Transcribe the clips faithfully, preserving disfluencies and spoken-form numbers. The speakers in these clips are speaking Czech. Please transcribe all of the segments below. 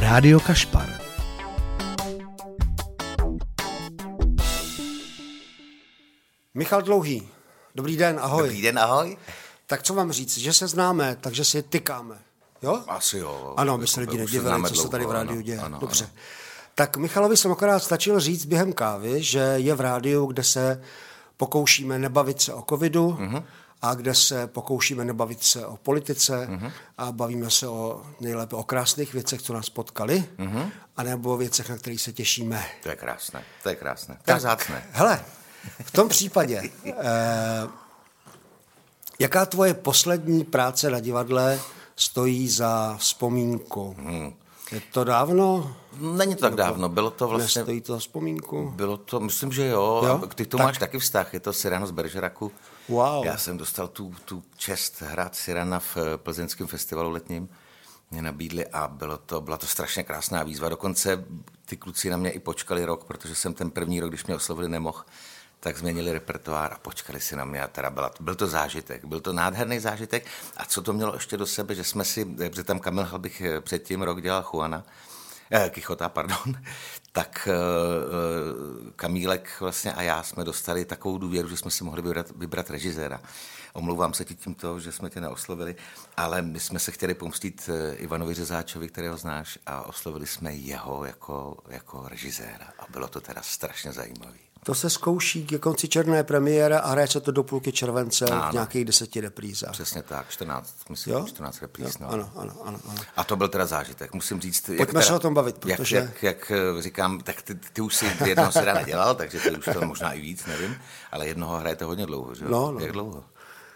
Rádio Kašpar. Michal Dlouhý, dobrý den, ahoj. Dobrý den, ahoj. Tak co vám říct, že se známe, takže si tykáme, jo? Asi jo. Ano, my se lidi nedivili, co se tady v rádiu děje. Ano, Dobře. Ano. Tak Michalovi jsem akorát stačil říct během kávy, že je v rádiu, kde se pokoušíme nebavit se o covidu, uh-huh. a kde se pokoušíme nebavit se o politice, uh-huh. a bavíme se o nejlépe o krásných věcech, co nás potkali, uh-huh. a nebo o věcech, na kterých se těšíme. To je krásné, to je krásné, to je vzácné. Hele, v tom případě, eh, jaká tvoje poslední práce na divadle stojí za vzpomínku? Hmm. Je to dávno? Není to tak dávno, bylo to vlastně... Nestojí to za vzpomínku? Bylo to, myslím, že jo, jo? Ty to tak. máš taky vztah, je to Cyrano z Bergeracu. Wow. Já jsem dostal tu, tu čest hrát Cyrana v plzeňském festivalu letním, mě nabídli a bylo to, byla to strašně krásná výzva, dokonce ty kluci na mě i počkali rok, protože jsem ten první rok, když mě oslovili, nemohl, tak změnili repertoár a počkali si na mě a teda byla, byl to zážitek, byl to nádherný zážitek a co to mělo ještě do sebe, že jsme si, protože tam Kamil Halbich předtím rok dělal Juana, eh, Kichota, pardon, tak eh, Kamílek vlastně a já jsme dostali takovou důvěru, že jsme si mohli vybrat, vybrat režiséra. Omlouvám se ti tímto, že jsme tě neoslovili, ale my jsme se chtěli pomstít Ivanovi Řezáčovi, kterého znáš, a oslovili jsme jeho jako, jako režiséra a bylo to teda strašně zajímavé. To se zkouší ke konci černé premiéry a hraje se to do půlky července ano. v nějakých deseti reprízách. Přesně tak, čtrnáct, myslím, jo? čtrnáct repríz. No. Ano, ano, ano, ano. A to byl teda zážitek, musím říct. Pojďme teda, se o tom bavit, protože... Jak, jak, jak říkám, tak ty, ty už si jednoho seda nedělal, takže ty už to možná i víc, nevím, ale jednoho hrajete hodně dlouho, že jo? No, no. Jak dlouho?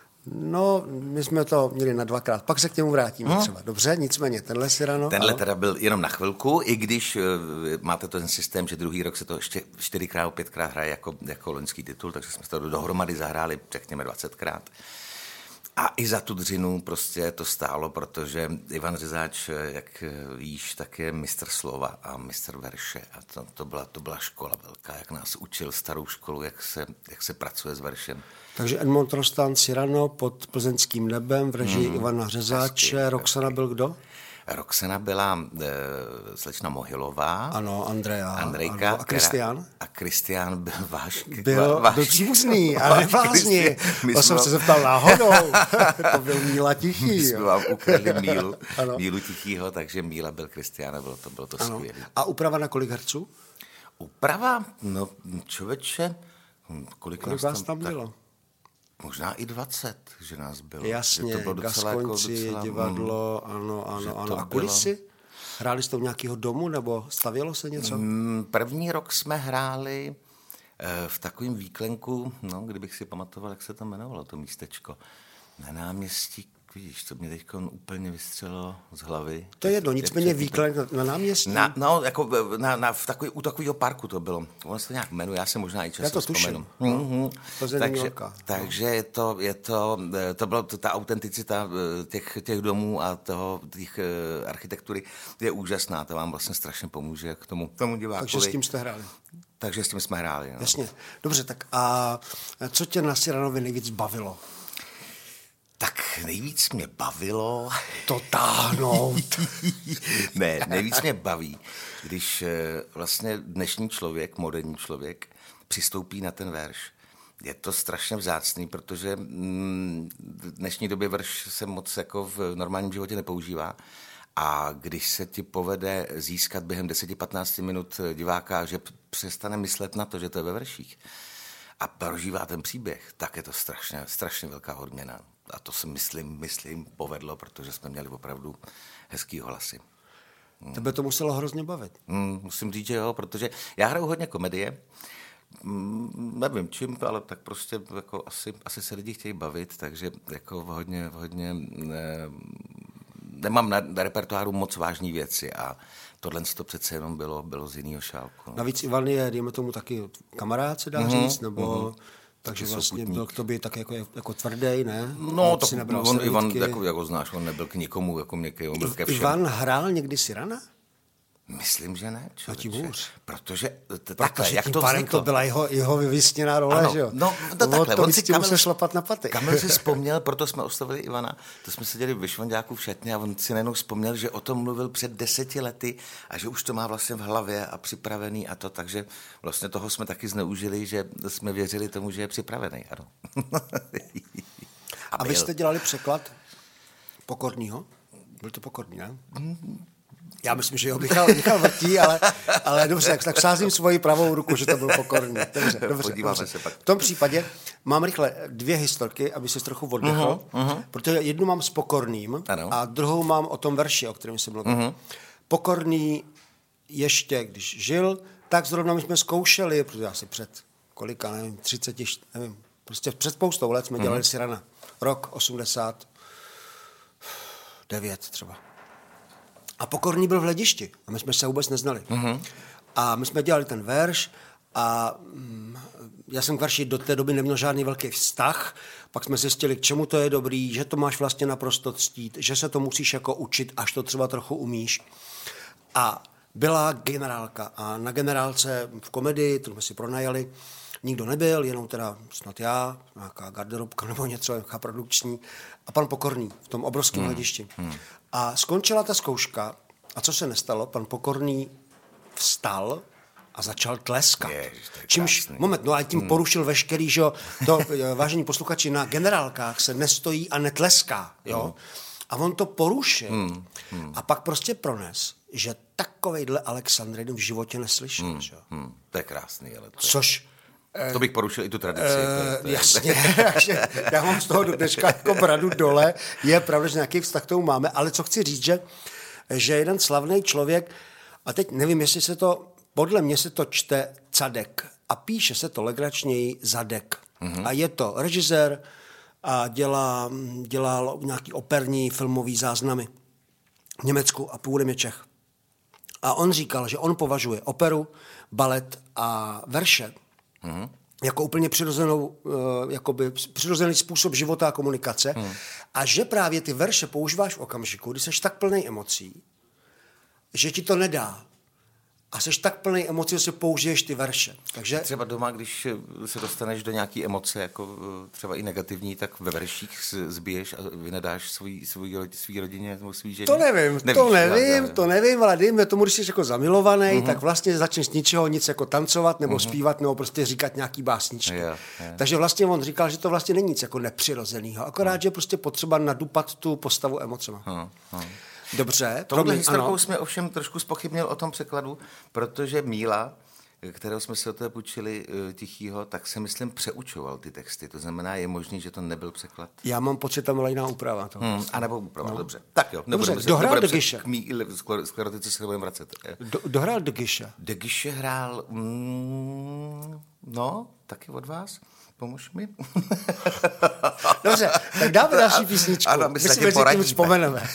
No, my jsme to měli na dvakrát, pak se k němu vrátíme hmm. třeba. Dobře, nicméně, tenhle Cyrano... Tenhle ano. teda byl jenom na chvilku, i když uh, máte ten systém, že druhý rok se to ještě čtyřikrát, pětkrát hraje jako, jako loňský titul, takže jsme to dohromady zahráli, řekněme, dvacetkrát. A i za tu dřinu prostě to stálo, protože Ivan Řezáč, jak víš, tak je mistr slova a mistr verše. A to, to, byla, to byla škola velká, jak nás učil starou školu, jak se, jak se pracuje s veršem. Takže Edmond Rostand, Cyrano pod plzeňským nebem v režii mm, Ivana Řezáče. Hezky, Roxana byl kdo? Roxana byla e, slečna Mohylová. Ano, Andrea. Andrejka. Ano. A Kristián? A Kristián byl váš... Byl váš, příbuzný, ale vážně. To jsem se zeptal náhodou. To byl Míla Tichý. My jsme vám ukradli Mílu, Mílu Tichýho, takže Míla byl Kristián, bylo to, bylo to skvělé. A úprava na kolik herců? Úprava? No, člověče, kolik, kolik vás tam bylo? Tak, možná i dvacet, že nás bylo. Jasně, že to bylo docela, Gaskonci, jako docela, divadlo, mm, ano, ano, ano. A kulisy? Hráli jste u nějakého domu, nebo stavělo se něco? Mm, první rok jsme hráli e, v takovém výklenku, no, kdybych si pamatoval, jak se to jmenovalo, to místečko, na náměstí, vidíš, to mě teď úplně vystřelilo z hlavy. To je jedno, nicméně výklenk na, na náměstí? Na, no, jako na, na, v takový, u takového parku to bylo. Ono se to nějak jmenuje, já se možná i časem vzpomenu. Mm-hmm. Takže, takže je to, je to, to byla to, ta autenticita těch, těch domů a toho, těch architektury je úžasná, to vám vlastně strašně pomůže k tomu, tomu divákovi. Takže s tím jste hráli? Takže s tím jsme hráli. No. Jasně. Dobře, tak a co tě na Cyranovi nejvíc bavilo? Tak nejvíc mě bavilo... To táhnout. Ne, nejvíc mě baví, když vlastně dnešní člověk, moderní člověk, přistoupí na ten verš. Je to strašně vzácný, protože v dnešní době verš se moc jako v normálním životě nepoužívá. A když se ti povede získat během deset až patnáct minut diváka, že přestane myslet na to, že to je ve verších a prožívá ten příběh, tak je to strašně, strašně velká odměna. A to se myslím, myslím povedlo, protože jsme měli opravdu hezký hlasy. Hmm. Tebe to muselo hrozně bavit. Hmm, musím říct, že jo, protože já hraju hodně komedie. Hmm, nevím čím, ale tak prostě jako asi, asi se lidi chtějí bavit, takže jako hodně, hodně ne, nemám na, na repertoáru moc vážný věci a tohle to přece jenom bylo, bylo z jinýho šálku. No. Navíc Ivan je, dejme tomu, taky kamarád, se dá mm-hmm, říct, nebo... Mm-hmm. Takže vlastně byl k tobě tak jako, jako tvrdý, ne? No, tak on, Ivan, jako, jako znáš, on nebyl k nikomu, jako měkký, on byl ke všem. Ivan hrál někdy Cyrana? Myslím, že ne, člověče. A tím hůř. Protože, t- Protože takhle, jak tím to pádem vzniklo? to byla jeho, jeho vyvýstěná role, Ano, že jo? no, to takhle. To On si Kamil, musel šlapat na paty. Kamil si vzpomněl, proto jsme oslovili Ivana, to jsme seděli ve Švonďáku v šatně a on si najednou vzpomněl, že o tom mluvil před deseti lety a že už to má vlastně v hlavě a připravený a to, takže vlastně toho jsme taky zneužili, že jsme věřili tomu, že je připravený, ano. A, a vy jste dělali překlad Pokornýho? Byl to Pokorný, ne? Já myslím, že jo, Michal, Michal vrtí, ale, ale dobře, tak, tak sázím svoji pravou ruku, že to byl Pokorný. Dobře, dobře, dobře. Se pak. V tom případě mám rychle dvě historky, aby se trochu oddechl, uh-huh, uh-huh. protože jednu mám s Pokorným ano. a druhou mám o tom verši, o kterém jsem mluvil. Uh-huh. Pokorný ještě, když žil, tak zrovna my jsme zkoušeli, protože asi před kolika, nevím, třicet, nevím, prostě před spoustou let jsme dělali uh-huh. Cyrana. Rok osmdesát devět třeba. A Pokorný byl v Hledišti a my jsme se vůbec neznali. Uh-huh. A my jsme dělali ten verš a mm, já jsem k verši do té doby neměl žádný velký vztah, pak jsme zjistili, k čemu to je dobrý, že to máš vlastně naprosto ctít, že se to musíš jako učit, až to třeba trochu umíš. A byla generálka a na generálce v komedii, tu jsme si pronajali, nikdo nebyl, jenom teda snad já, nějaká garderobka nebo něco, nějaká produkční a pan Pokorný v tom obrovském hmm. Hledišti. Hmm. A skončila ta zkouška a co se nestalo? Pan Pokorný vstal a začal tleskat. Ježiš, Čímž, krásný. moment, no a tím hmm. porušil veškerý, že jo, to, vážení posluchači, na generálkách se nestojí a netleská, jo. Hmm. A on to porušil hmm. Hmm. a pak prostě prones, že takovejhle Alexandr v životě neslyšel, hmm. že jo. Hmm. To je krásný, ale to... Což To bych porušil i tu tradici. Uh, to je, jasně, já mám z toho do dneška jako bradu dole. Je pravda, že nějaký vztah k tomu máme, ale co chci říct, že, že jeden slavný člověk, a teď nevím, jestli se to, podle mě se to čte Cadek a píše se to legračněji Zadek. Mm-hmm. A je to režisér a dělá, dělá nějaký operní filmový záznamy v Německu a původem je Čech. A on říkal, že on považuje operu, balet a verše Hmm. jako úplně přirozenou, uh, jakoby přirozený způsob života a komunikace hmm. a že právě ty verše používáš v okamžiku, kdy seš tak plný emocí, že ti to nedá. A seš tak plný emocí, že si použiješ ty verše. Takže... Třeba doma, když se dostaneš do nějaké emoce, jako třeba i negativní, tak ve verších zbiješ a vynadáš svý, svý, svý rodině nebo svý ženě? To nevím, Nevíš, to nevím, já, já. to nevím, ale dejme tomu, když jsi jako zamilovaný, uh-huh. tak vlastně začneš z ničeho nic jako tancovat nebo uh-huh. zpívat nebo prostě říkat nějaký básničky. Yeah, yeah. Takže vlastně on říkal, že to vlastně není nic jako nepřirozenýho, akorát, uh-huh. že prostě potřeba nadupat tu postavu emocema. Uh-huh. Uh-huh. Dobře. Touhle historkou jsme ovšem trošku zpochybnil o tom překladu, protože Míla, kterého jsme si o té půjčili Tichýho, tak se, myslím, přeučoval ty texty. To znamená, je možný, že to nebyl překlad. Já mám pocit, tam byla jiná úprava. Hmm, a nebo úprava, no. Dobře. Tak jo, dobře, dohrál de Guiche. K Míle, sklerotice se nebudeme vracet. Do, dohrál de Guiche. De Guiche hrál, mm, no, taky od vás. Pomož mi. Dobře, tak dáme další písničku. Ano, my, my si mezi tím vzpomeneme.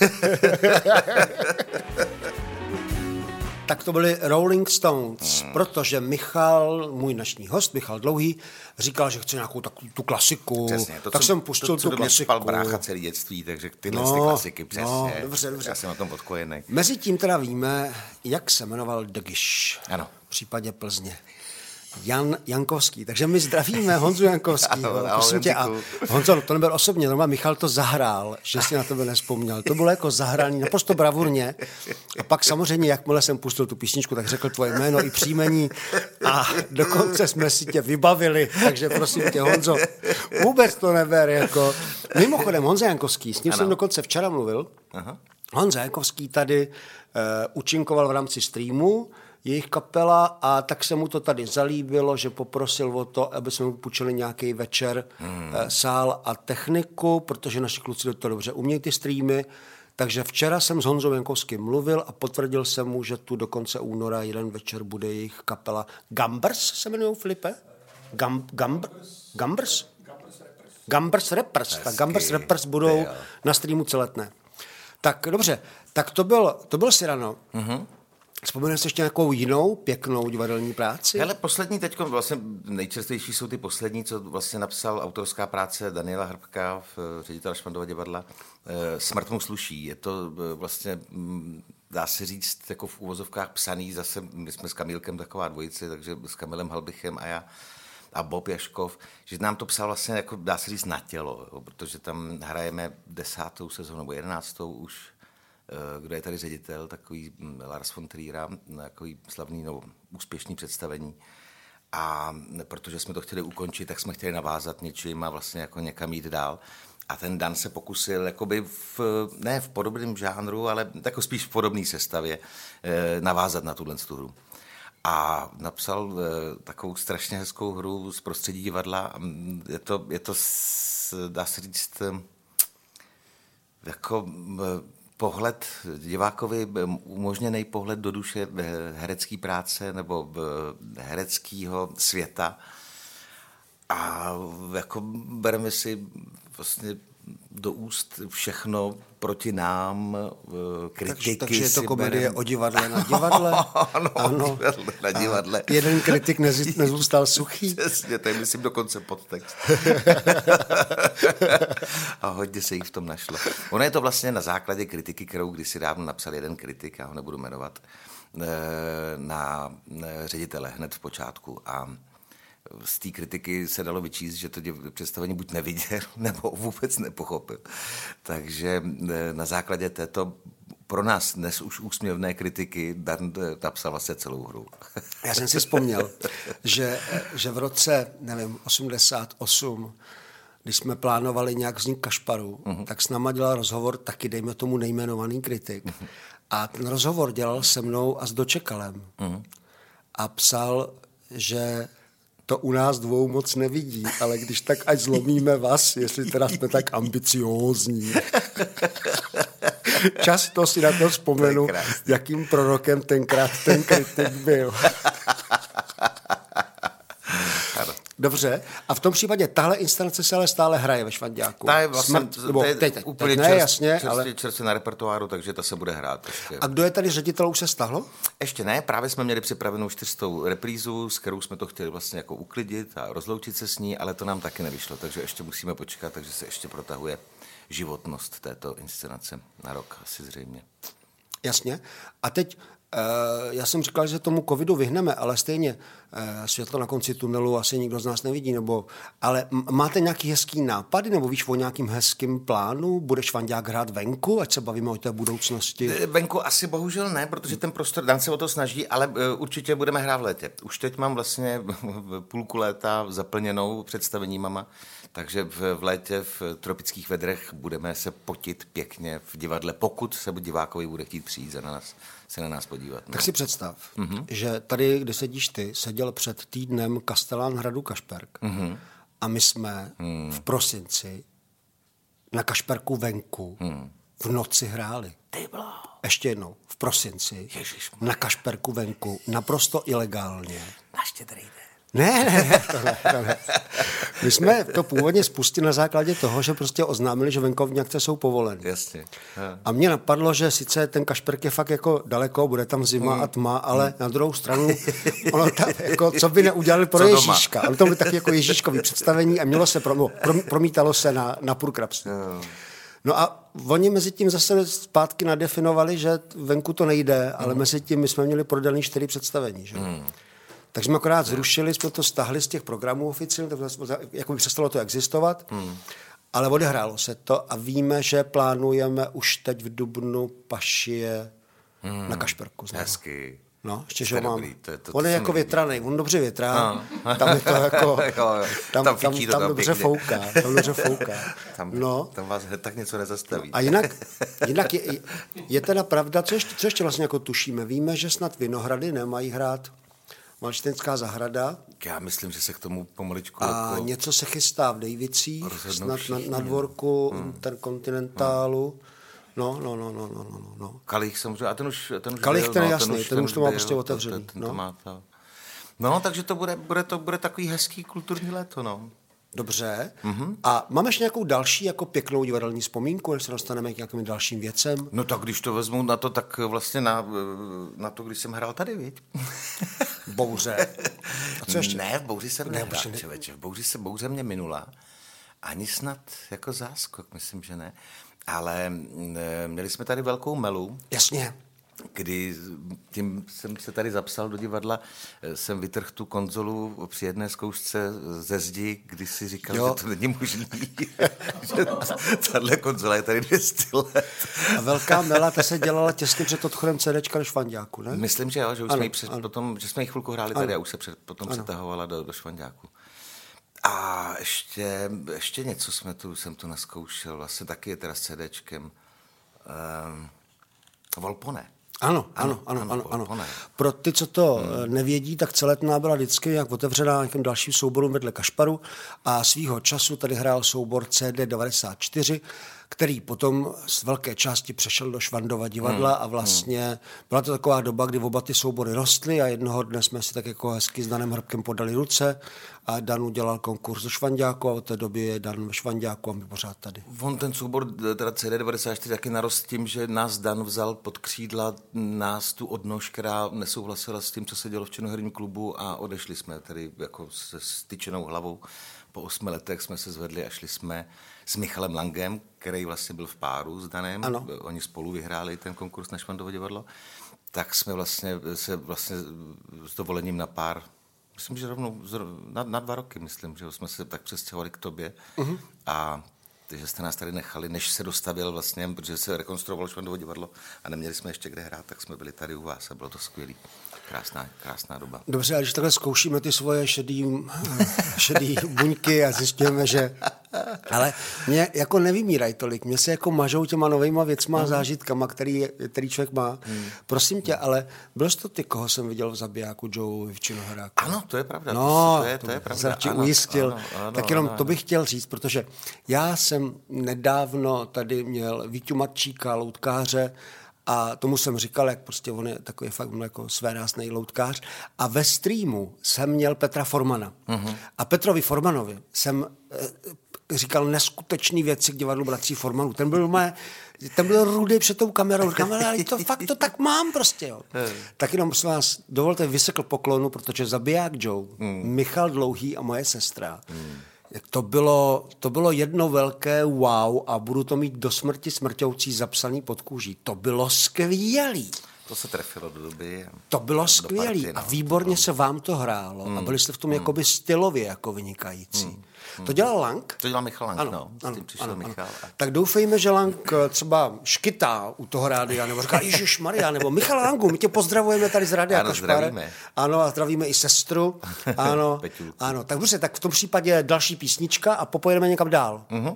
Tak to byli Rolling Stones, hmm. protože Michal, můj dnešní host, Michal Dlouhý, říkal, že chce nějakou tak, tu klasiku. Přesně, to, tak co, jsem pustil to, co tu klasiku. Spal brácha celý dětství, takže tyhle no, ty klasiky, přesně. No, dobře, dobře. Já jsem na tom odkojený. Mezi tím teda víme, jak se jmenoval de Guiche. Ano. V případě Plzně. Jan Jankovský. Takže my zdravíme Honzu Jankovskýho. Prosím tě, a Honzo, to nebyl osobně, no, Michal to zahrál, že si na tebe nespomněl. To bylo jako zahrání, naprosto bravurně. A pak samozřejmě, jakmile jsem pustil tu písničku, tak řekl tvoje jméno i příjmení a dokonce jsme si tě vybavili. Takže prosím tě, Honzo, vůbec to neber. Jako. Mimochodem, Honza Jankovský, s ním ano. jsem dokonce včera mluvil. Aha. Honza Jankovský tady uh, účinkoval v rámci streamu, jejich kapela, a tak se mu to tady zalíbilo, že poprosil o to, aby jsme mu půjčili nějaký večer hmm. sál a techniku, protože naši kluci to dobře umějí ty streamy. Takže včera jsem s Honzou Jankovským mluvil a potvrdil jsem mu, že tu do konce února jeden večer bude jejich kapela Gambers, se jmenují, Filipe? Gam, Gambr, Gambers? Gambers Rappers. Tak Gambers Rappers budou na streamu celetné. Tak dobře, tak to byl, to byl Cyrano. Mhm. Vzpomeneš si ještě nějakou jinou pěknou divadelní práci? Hele, poslední teď, vlastně nejčerstvější jsou ty poslední, co vlastně napsal autorská práce Daniela Hrbka, ředitele Švandova divadla, Smrt mu sluší. Je to vlastně dá se říct, jako v úvozovkách psaný, zase my jsme s Kamílkem taková dvojice, takže s Kamilem Halbichem a já a Bob Jaškov, že nám to psal vlastně, jako dá se říct, na tělo, jo, protože tam hrajeme desátou sezónu, nebo jedenáctou už, kdo je tady ředitel, takový Lars von Trierra, takový slavný, no, úspěšný představení. A protože jsme to chtěli ukončit, tak jsme chtěli navázat něčím a vlastně jako někam jít dál. A ten Dan se pokusil jakoby v, ne v podobném žánru, ale jako spíš v podobné sestavě navázat na tuhle hru. A napsal takovou strašně hezkou hru z prostředí divadla. Je to, je to dá se říct, jako pohled divákovi, umožněný pohled do duše herecké práce nebo hereckého světa. A jako bereme si vlastně do úst všechno proti nám, kritiky. Takže, takže je to komedie berem... o divadle na divadle? Ano, ano. Divadle na divadle. A jeden kritik nezí, nezůstal suchý? Přesně, to je myslím dokonce podtext. A hodně se jich v tom našlo. Ono je to vlastně na základě kritiky, kterou kdysi dávno napsal jeden kritik, já ho nebudu jmenovat, na ředitele hned v počátku. A z té kritiky se dalo vyčíst, že to představení buď neviděl, nebo vůbec nepochopil. Takže na základě této pro nás dnes už úsměvné kritiky Dan napsal vlastně celou hru. Já jsem si vzpomněl, že, že v roce, nevím, osmdesát osm, když jsme plánovali nějak vznik Kašparu, uh-huh. tak s náma dělal rozhovor taky, dejme tomu, nejmenovaný kritik. Uh-huh. A ten rozhovor dělal se mnou a s Dočekalem. Uh-huh. A psal, že to u nás dvou moc nevidí, ale když tak ať zlomíme vás, jestli teda jsme tak ambiciózní. Často si na to vzpomenu, to jakým prorokem tenkrát ten kritik byl. Dobře, a v tom případě tahle instalace se ale stále hraje ve Švanďáku. Ta je vlastně, Smrt, nebo, je teď, teď, úplně ne, čerst, jasně, čerstvě, ale... čerstvě na repertoáru, takže ta se bude hrát. Ještě. A kdo je tady ředitel, už se stahlo? Ještě ne, právě jsme měli připravenou čtyřstou reprízu, s kterou jsme to chtěli vlastně jako uklidit a rozloučit se s ní, ale to nám taky nevyšlo, takže ještě musíme počkat, takže se ještě protahuje životnost této inscenace na rok asi zřejmě. Jasně. A teď já jsem říkal, že tomu covidu vyhneme, ale stejně světlo na konci tunelu asi nikdo z nás nevidí, nebo, ale máte nějaký hezký nápady, nebo víš o nějakým hezkým plánu? Bude Švanďák hrát venku, ať se bavíme o té budoucnosti? Venku asi bohužel ne, protože ten prostor, Dan se o to snaží, ale určitě budeme hrát v létě. Už teď mám vlastně půlku léta zaplněnou představenímama, takže v, v létě v tropických vedrech budeme se potit pěkně v divadle, pokud se divákovi bude chtít přijít za nás, se na nás podívat. No. Tak si představ, mm-hmm. že tady, kde sedíš ty, seděl před týdnem Kastelán hradu Kašperk mm-hmm. a my jsme mm. v prosinci na Kašperku venku mm. v noci hráli. Ty bylo. Ještě jednou, v prosinci Ježišmarja. Na Kašperku venku, naprosto ilegálně. Na Štědrý den. Ne, ne, ne, to ne, to ne. My jsme to původně spustili na základě toho, že prostě oznámili, že venkovní akce jsou povoleny. Jasně. Ja. A mně napadlo, že sice ten Kašperk je fakt jako daleko, bude tam zima hmm. a tma, ale hmm. na druhou stranu, ono tam, jako, co by neudělali pro co Ježíška. Ono to bylo taky jako Ježíškový představení a mělo se, pro, promítalo se na, na Purkrapsy. Yeah. No a oni mezi tím zase zpátky nadefinovali, že venku to nejde, ale hmm. mezi tím my jsme měli prodaný čtyři představení, že? Hmm. Tak jsme akorát zrušili, jsme to stahli z těch programů oficiálně, jako by přestalo to existovat, hmm. ale odehrálo se to a víme, že plánujeme už teď v dubnu Pašie hmm. na Kašperku. Hezky. No, ještě, že mám. To je to, on je jako větranej, on dobře větrá, no. tam je to jako, tam, tam, tam, tam dobře fouká, tam dobře fouká. Tam, no. tam vás hned tak něco nezastaví. A jinak, jinak je, je teda pravda, co ještě, co ještě vlastně jako tušíme, víme, že snad Vinohrady nemají hrát Malštejnská zahrada. Já myslím, že se k tomu pomaličku... A jako něco se chystá v Dejvicích, snad na, na dvorku hmm. Interkontinentálu. Hmm. No, no, no, no, no, no, no. Kalich samozřejmě, a ten už... Ten už Kalich, byl, ten je no, jasný, ten už, ten, ten už to má prostě otevřený. Ten, ten no. To má to. No, takže to bude, bude, to bude takový hezký kulturní léto, no. Dobře. Mm-hmm. A máme ještě nějakou další jako pěknou divadelní vzpomínku, než se dostaneme k nějakým dalším věcem? No tak když to vezmu na to, tak vlastně na, na to, když jsem hrál tady, viď? Bouře. A co ještě? Ne, v Bouři jsem ne, nehrál, ne. Člověče. V Bouři se Bouře mě minula. Ani snad jako záskok, myslím, že ne. Ale měli jsme tady velkou melu. Jasně. kdy tím jsem se tady zapsal do divadla, jsem vytrhl tu konzolu při jedné zkoušce ze zdi, kdy si říkal, jo. že to není možný, že tahle konzola je tady dvěstě let. A Velká Mela, ta se dělala těsně před odchodem CDčka do Švanďáku, ne? Myslím, že jo, že, už ano, jsme, jí před, potom, že jsme jí chvilku hráli tady ano. a už se před, potom ano. přetahovala do, do Švanďáku. A ještě, ještě něco jsme tu, jsem tu naskoušel, vlastně taky je teda s CDčkem. Um, Volpone. Ano, ano, ano, ano, ano. ano. Pro ty, co to hmm. nevědí, tak Celetná byla vždycky nějak otevřená nějakým dalším souborům vedle Kašparu a svýho času tady hrál soubor C D devadesát čtyři, který potom z velké části přešel do Švandova divadla hmm. a vlastně byla to taková doba, kdy oba ty soubory rostly a jednoho dne jsme si tak jako hezky s Danem Hrbkem podali ruce a Dan udělal konkurs do Švanďáku a od té doby je Dan ve Švanďáku a my pořád tady. On ten soubor, teda C D devadesát čtyři, taky narost tím, že nás Dan vzal pod křídla, nás tu odnož, která nesouhlasila s tím, co se dělo v Černohorním klubu a odešli jsme tady jako se styčenou hlavou. Po osmi letech jsme se zvedli a šli jsme s Michalem Langem, který vlastně byl v páru s Danem. Ano. Oni spolu vyhráli ten konkurs na Švandovo divadlo. Tak jsme vlastně se vlastně s dovolením na pár, myslím, že rovnou na, na dva roky, myslím, že jsme se tak přestěhovali k tobě. Uh-huh. A že jste nás tady nechali, než se dostavil vlastně, protože se rekonstruovalo Švandovo divadlo a neměli jsme ještě kde hrát, tak jsme byli tady u vás a bylo to skvělý. Krásná, krásná doba. Dobře, a když takhle zkoušíme ty svoje šedý, šedý buňky a zjistíme, že... Ale mě jako nevymírají tolik, mě se jako mažou těma novejma věcma a zážitkama, který, který člověk má. Hmm. Prosím tě, ale byl jsi to ty, koho jsem viděl v Zabijáku Joe v Činohráku? Ano, to je pravda. No, to je, to je pravda. Jsem tě ujistil. Ano, ano, tak jenom ano, to bych chtěl říct, protože já jsem nedávno tady měl Víťu Matčíka, loutkáře, a tomu jsem říkal, jak prostě on je takový fakt jako svérásnej loutkář. A ve streamu jsem měl Petra Formana. Uh-huh. A Petrovi Formanovi jsem e, říkal neskutečný věci k divadlu bratří Formanů. Ten byl mé, ten byl rudý před tou kamerou. Říkám, ale to fakt to tak mám prostě. Jo. Uh-huh. Tak jenom prosím vás, dovolte vysekl poklonu, protože Zabiják Joe, uh-huh. Michal Dlouhý a moje sestra, uh-huh. To bylo, to bylo jedno velké wow a budu to mít do smrti smrťoucí zapsaný pod kůží. To bylo skvělý. To se trefilo do doby. To bylo skvělý party, no. A výborně se vám to hrálo mm. a byli jste v tom mm. jakoby stylově jako vynikající. Mm. To dělal Lang? To dělal Michal Lang, ano, no. S ano, tím přišel ano, Michal. Ano. Tak doufejme, že Lang třeba škytá u toho rádia, nebo říká Ježišmarja, nebo Michal Langu, my tě pozdravujeme tady z rádia Kašpar. Ano, a zdravíme i sestru. Ano, ano. Tak dobře, tak v tom případě další písnička a popojedeme někam dál. Uh-huh.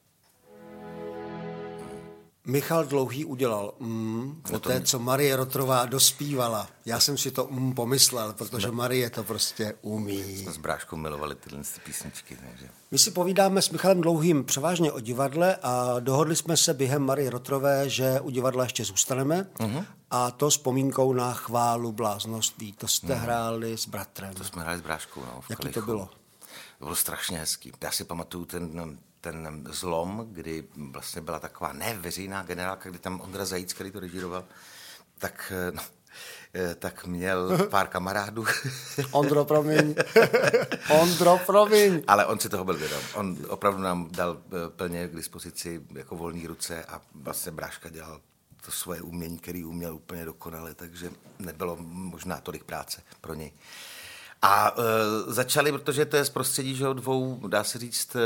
Michal Dlouhý udělal mm, po té, co Marie Rotrová dospívala. Já jsem si to mm, pomyslel, protože Marie to prostě umí. Jsme s Bráškou milovali tyhle písničky. Takže. My si povídáme s Michalem Dlouhým převážně o divadle a dohodli jsme se během Marie Rotrové, že u divadla ještě zůstaneme uh-huh. a to s pomínkou na Chválu bláznoství. To jste uh-huh. hráli s bratrem. To jsme hráli s Bráškou, no, v Jaký Kalichu. to bylo? To bylo strašně hezký. Já si pamatuju ten... ten zlom, kdy vlastně byla taková neveřejná generálka, kdy tam Ondra Zajíc, který to režíroval, tak, no, tak měl pár kamarádů. Ondro, promiň. Ondro, promiň. Ale on si toho byl vědom. On opravdu nám dal plně k dispozici jako volný ruce a vlastně Bráška dělal to svoje umění, který uměl úplně dokonale, takže nebylo možná tolik práce pro něj. A e, začali, protože to je z prostředí, že dvou, dá se říct,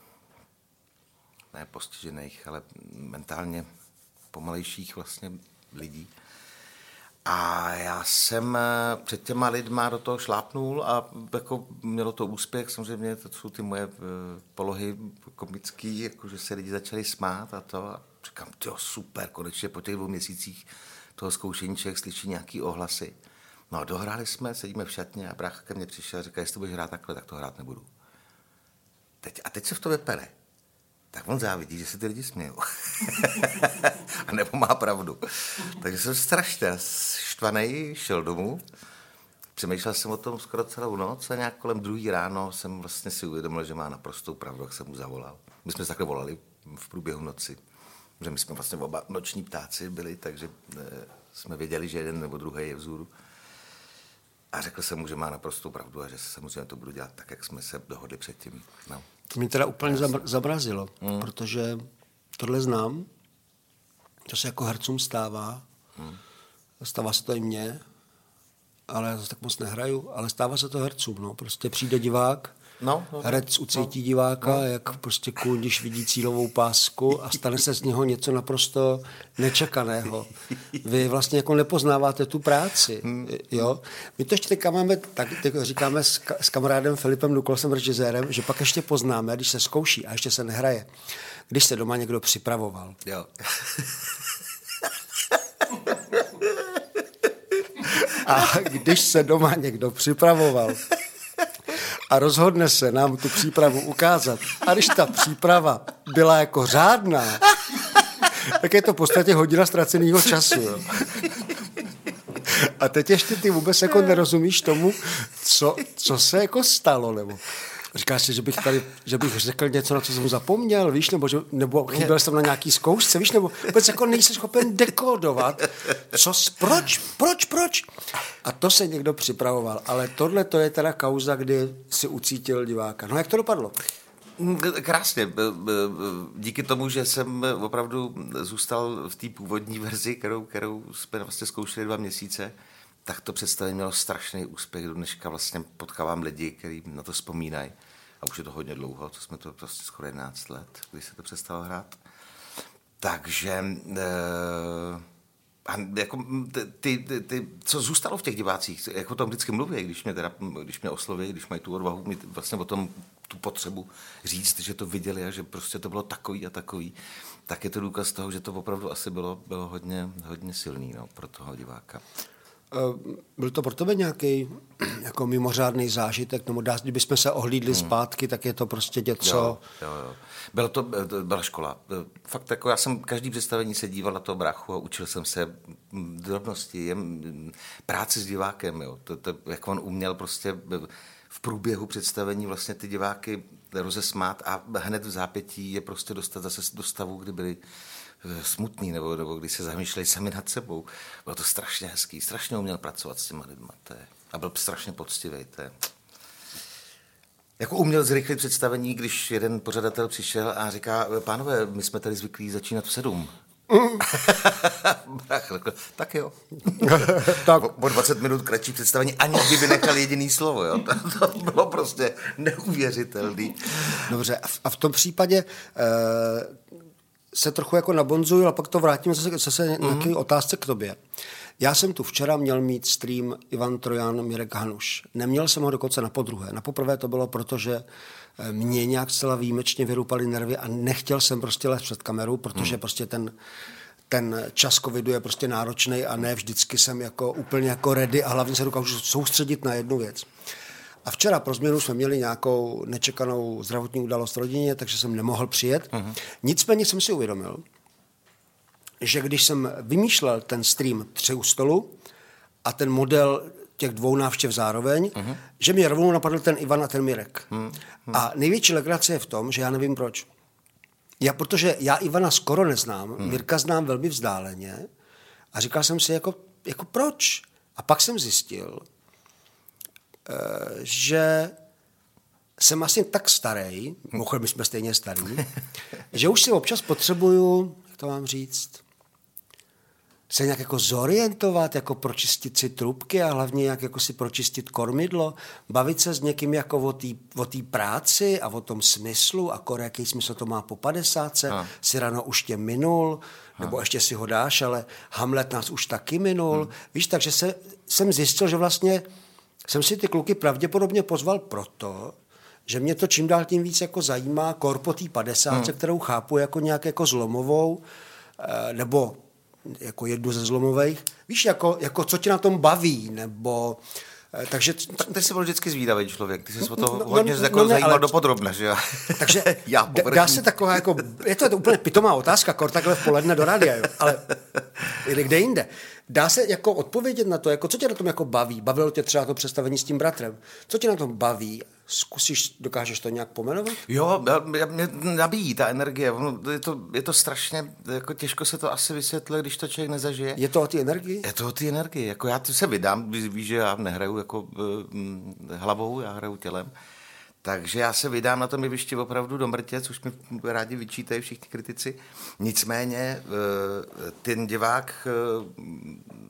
ne postižených, ale mentálně pomalejších vlastně lidí. A já jsem před těma lidma do toho šlápnul a jako mělo to úspěch. Samozřejmě to jsou ty moje polohy komický, jako že se lidi začali smát a to. A říkám, tyjo, super, konečně po těch dvou měsících toho zkoušení člověk slyší nějaký ohlasy. No a dohráli jsme, sedíme v šatně a brácha ke mně přišel a říká, jestli to budeš hrát takhle, tak to hrát nebudu. Teď, a teď se v tobě pere. Tak on závidí, že se ty lidi smějou. A nebo má pravdu. Takže jsem strašně štvanej, šel domů. Přemýšlel jsem o tom skoro celou noc a nějak kolem druhý ráno jsem vlastně si uvědomil, že má naprostou pravdu, jak jsem mu zavolal. My jsme se takhle volali v průběhu noci. Že my jsme vlastně oba noční ptáci byli, takže jsme věděli, že jeden nebo druhý je vzhůru. A řekl jsem mu, že má naprostou pravdu a že samozřejmě to budu dělat tak, jak jsme se dohodli předtím. No. To mě teda úplně zabr- zabrazilo, hmm. protože tohle znám, to se jako hercům stává. Hmm. stává se to i mně, ale já to tak moc nehraju, ale stává se to hercům, no. Prostě přijde divák, no, no, herec ucítí no, diváka, no. jak prostě kůň, když vidí cílovou pásku a stane se z něho něco naprosto nečekaného. Vy vlastně jako nepoznáváte tu práci, jo. My to ještě teďka máme, tak říkáme s, s kamarádem Filipem Duklosem, režisérem, že pak ještě poznáme, když se zkouší a ještě se nehraje, když se doma někdo připravoval. Jo. A když se doma někdo připravoval a rozhodne se nám tu přípravu ukázat, a když ta příprava byla jako řádná, tak je to v podstatě hodina ztraceného času. Jo. A teď ještě ty vůbec jako nerozumíš tomu, co, co se jako stalo, nebo říkáš si, že bych tady, že bych řekl něco, na co jsem zapomněl, víš, nebo, že, nebo chyběl jsem na nějaký zkoušce, víš, nebo vůbec jako nejsi schopen dekodovat, co, proč, proč, proč. A to se někdo připravoval, ale tohle to je teda kauza, kdy si ucítil diváka. No jak to dopadlo? Krásně. Díky tomu, že jsem opravdu zůstal v té původní verzi, kterou, kterou jsme vlastně zkoušeli dva měsíce, tak to představení mělo strašný úspěch. Do dneška vlastně potkávám lidi, kteří na to vzpomínají. A už je to hodně dlouho, to jsme to prostě skoro jedenáct let, když se to přestalo hrát. Takže a jako ty, ty, ty, co zůstalo v těch divácích, jako o tom vždycky mluví, když mě, teda, když mě osloví, když mají tu odvahu mít vlastně o tom tu potřebu říct, že to viděli a že prostě to bylo takový a takový, tak je to důkaz toho, že to opravdu asi bylo, bylo hodně, hodně silný, no, pro toho diváka. Byl to pro tebe nějaký jako mimořádný zážitek, nebo dá, kdybychom se ohlídli hmm. zpátky, tak je to prostě něco... Jo, jo, jo. Bylo to, byla škola. Fakt jako já jsem každý představení se díval na toho bráchu a učil jsem se drobnosti, práci s divákem, jo. To, to, jak on uměl prostě v průběhu představení vlastně ty diváky rozesmát a hned v zápětí je prostě dostat zase do stavu, kdy byli smutný, nebo, nebo když se zamýšleli sami nad sebou. Bylo to strašně hezký, strašně uměl pracovat s těma lidma. To je, a byl strašně poctivý. To je. Jako uměl zrychlit představení, když jeden pořadatel přišel a říká, pánové, my jsme tady zvyklí začínat v sedm. Mm. Tak jo. tak. O dvacet minut kratší představení, aniž by vynechal jediný slovo. Jo? To, to bylo prostě neuvěřitelný. Dobře, a v, a v tom případě... Uh... se trochu jako nabonzuju, a pak to vrátím zase, zase mm-hmm. nějaké otázce k tobě. Já jsem tu včera měl mít stream Ivan Trojan, Mirek Hanuš. Neměl jsem ho dokonce na podruhé. Na poprvé to bylo proto, že mě nějak zcela výjimečně vyrupaly nervy a nechtěl jsem prostě lézt před kameru, protože mm. prostě ten, ten čas covidu je prostě náročný a ne vždycky jsem jako úplně jako ready a hlavně se dokážu soustředit na jednu věc. A včera pro změnu jsme měli nějakou nečekanou zdravotní událost v rodině, takže jsem nemohl přijet. Uh-huh. Nicméně jsem si uvědomil, že když jsem vymýšlel ten stream tři u stolu a ten model těch dvou návštěv zároveň, uh-huh. že mi rovnou napadl ten Ivan a ten Mirek. Uh-huh. A největší legrace je v tom, že já nevím proč. Já, protože já Ivana skoro neznám, uh-huh. Mirka znám velmi vzdáleně a říkal jsem si, jako, jako proč? A pak jsem zjistil, že jsem asi tak starý, mimochodem my jsme stejně starý, že už si občas potřebuju, jak to mám říct, se nějak jako zorientovat, jako pročistit si trubky a hlavně jak jako si pročistit kormidlo, bavit se s někým jako o té o té práci a o tom smyslu a kor, jaký smysl to má po padesátce, a. Cyrano už tě minul, a. nebo ještě si ho dáš, ale Hamlet nás už taky minul. Hmm. Víš, takže se, jsem zjistil, že vlastně jsem si ty kluky pravděpodobně pozval proto, že mě to čím dál tím víc jako zajímá kor po té padesátce, hmm. kterou chápu jako nějak jako zlomovou, nebo jako jednu ze zlomových. Víš, jako, jako co tě na tom baví, nebo... Takže... Ty jsi byl vždycky zvídavý člověk, ty jsi o to no, hodně no, jako no, ne, zajímal ale... dopodrobna, že jo? Takže Já dá se taková jako... Je to úplně pitomá otázka, kor takhle v poledne do rádia, jo? Ale kde jinde. Dá se jako odpovědět na to, jako co tě na tom jako baví? Bavilo tě třeba to představení s tím bratrem? Co tě na tom baví? Zkusíš, dokážeš to nějak pomenovat? Jo, mě nabíjí ta energie. Je to, je to strašně, jako těžko se to asi vysvětlí, když to člověk nezažije. Je to o té energii? Je to o té energii. Jako já se vydám, víš, že já nehraju jako uh, hlavou, já hraju tělem. Takže já se vydám na tom jevišti opravdu do mrtě, což mi rádi vyčítají všichni kritici. Nicméně ten divák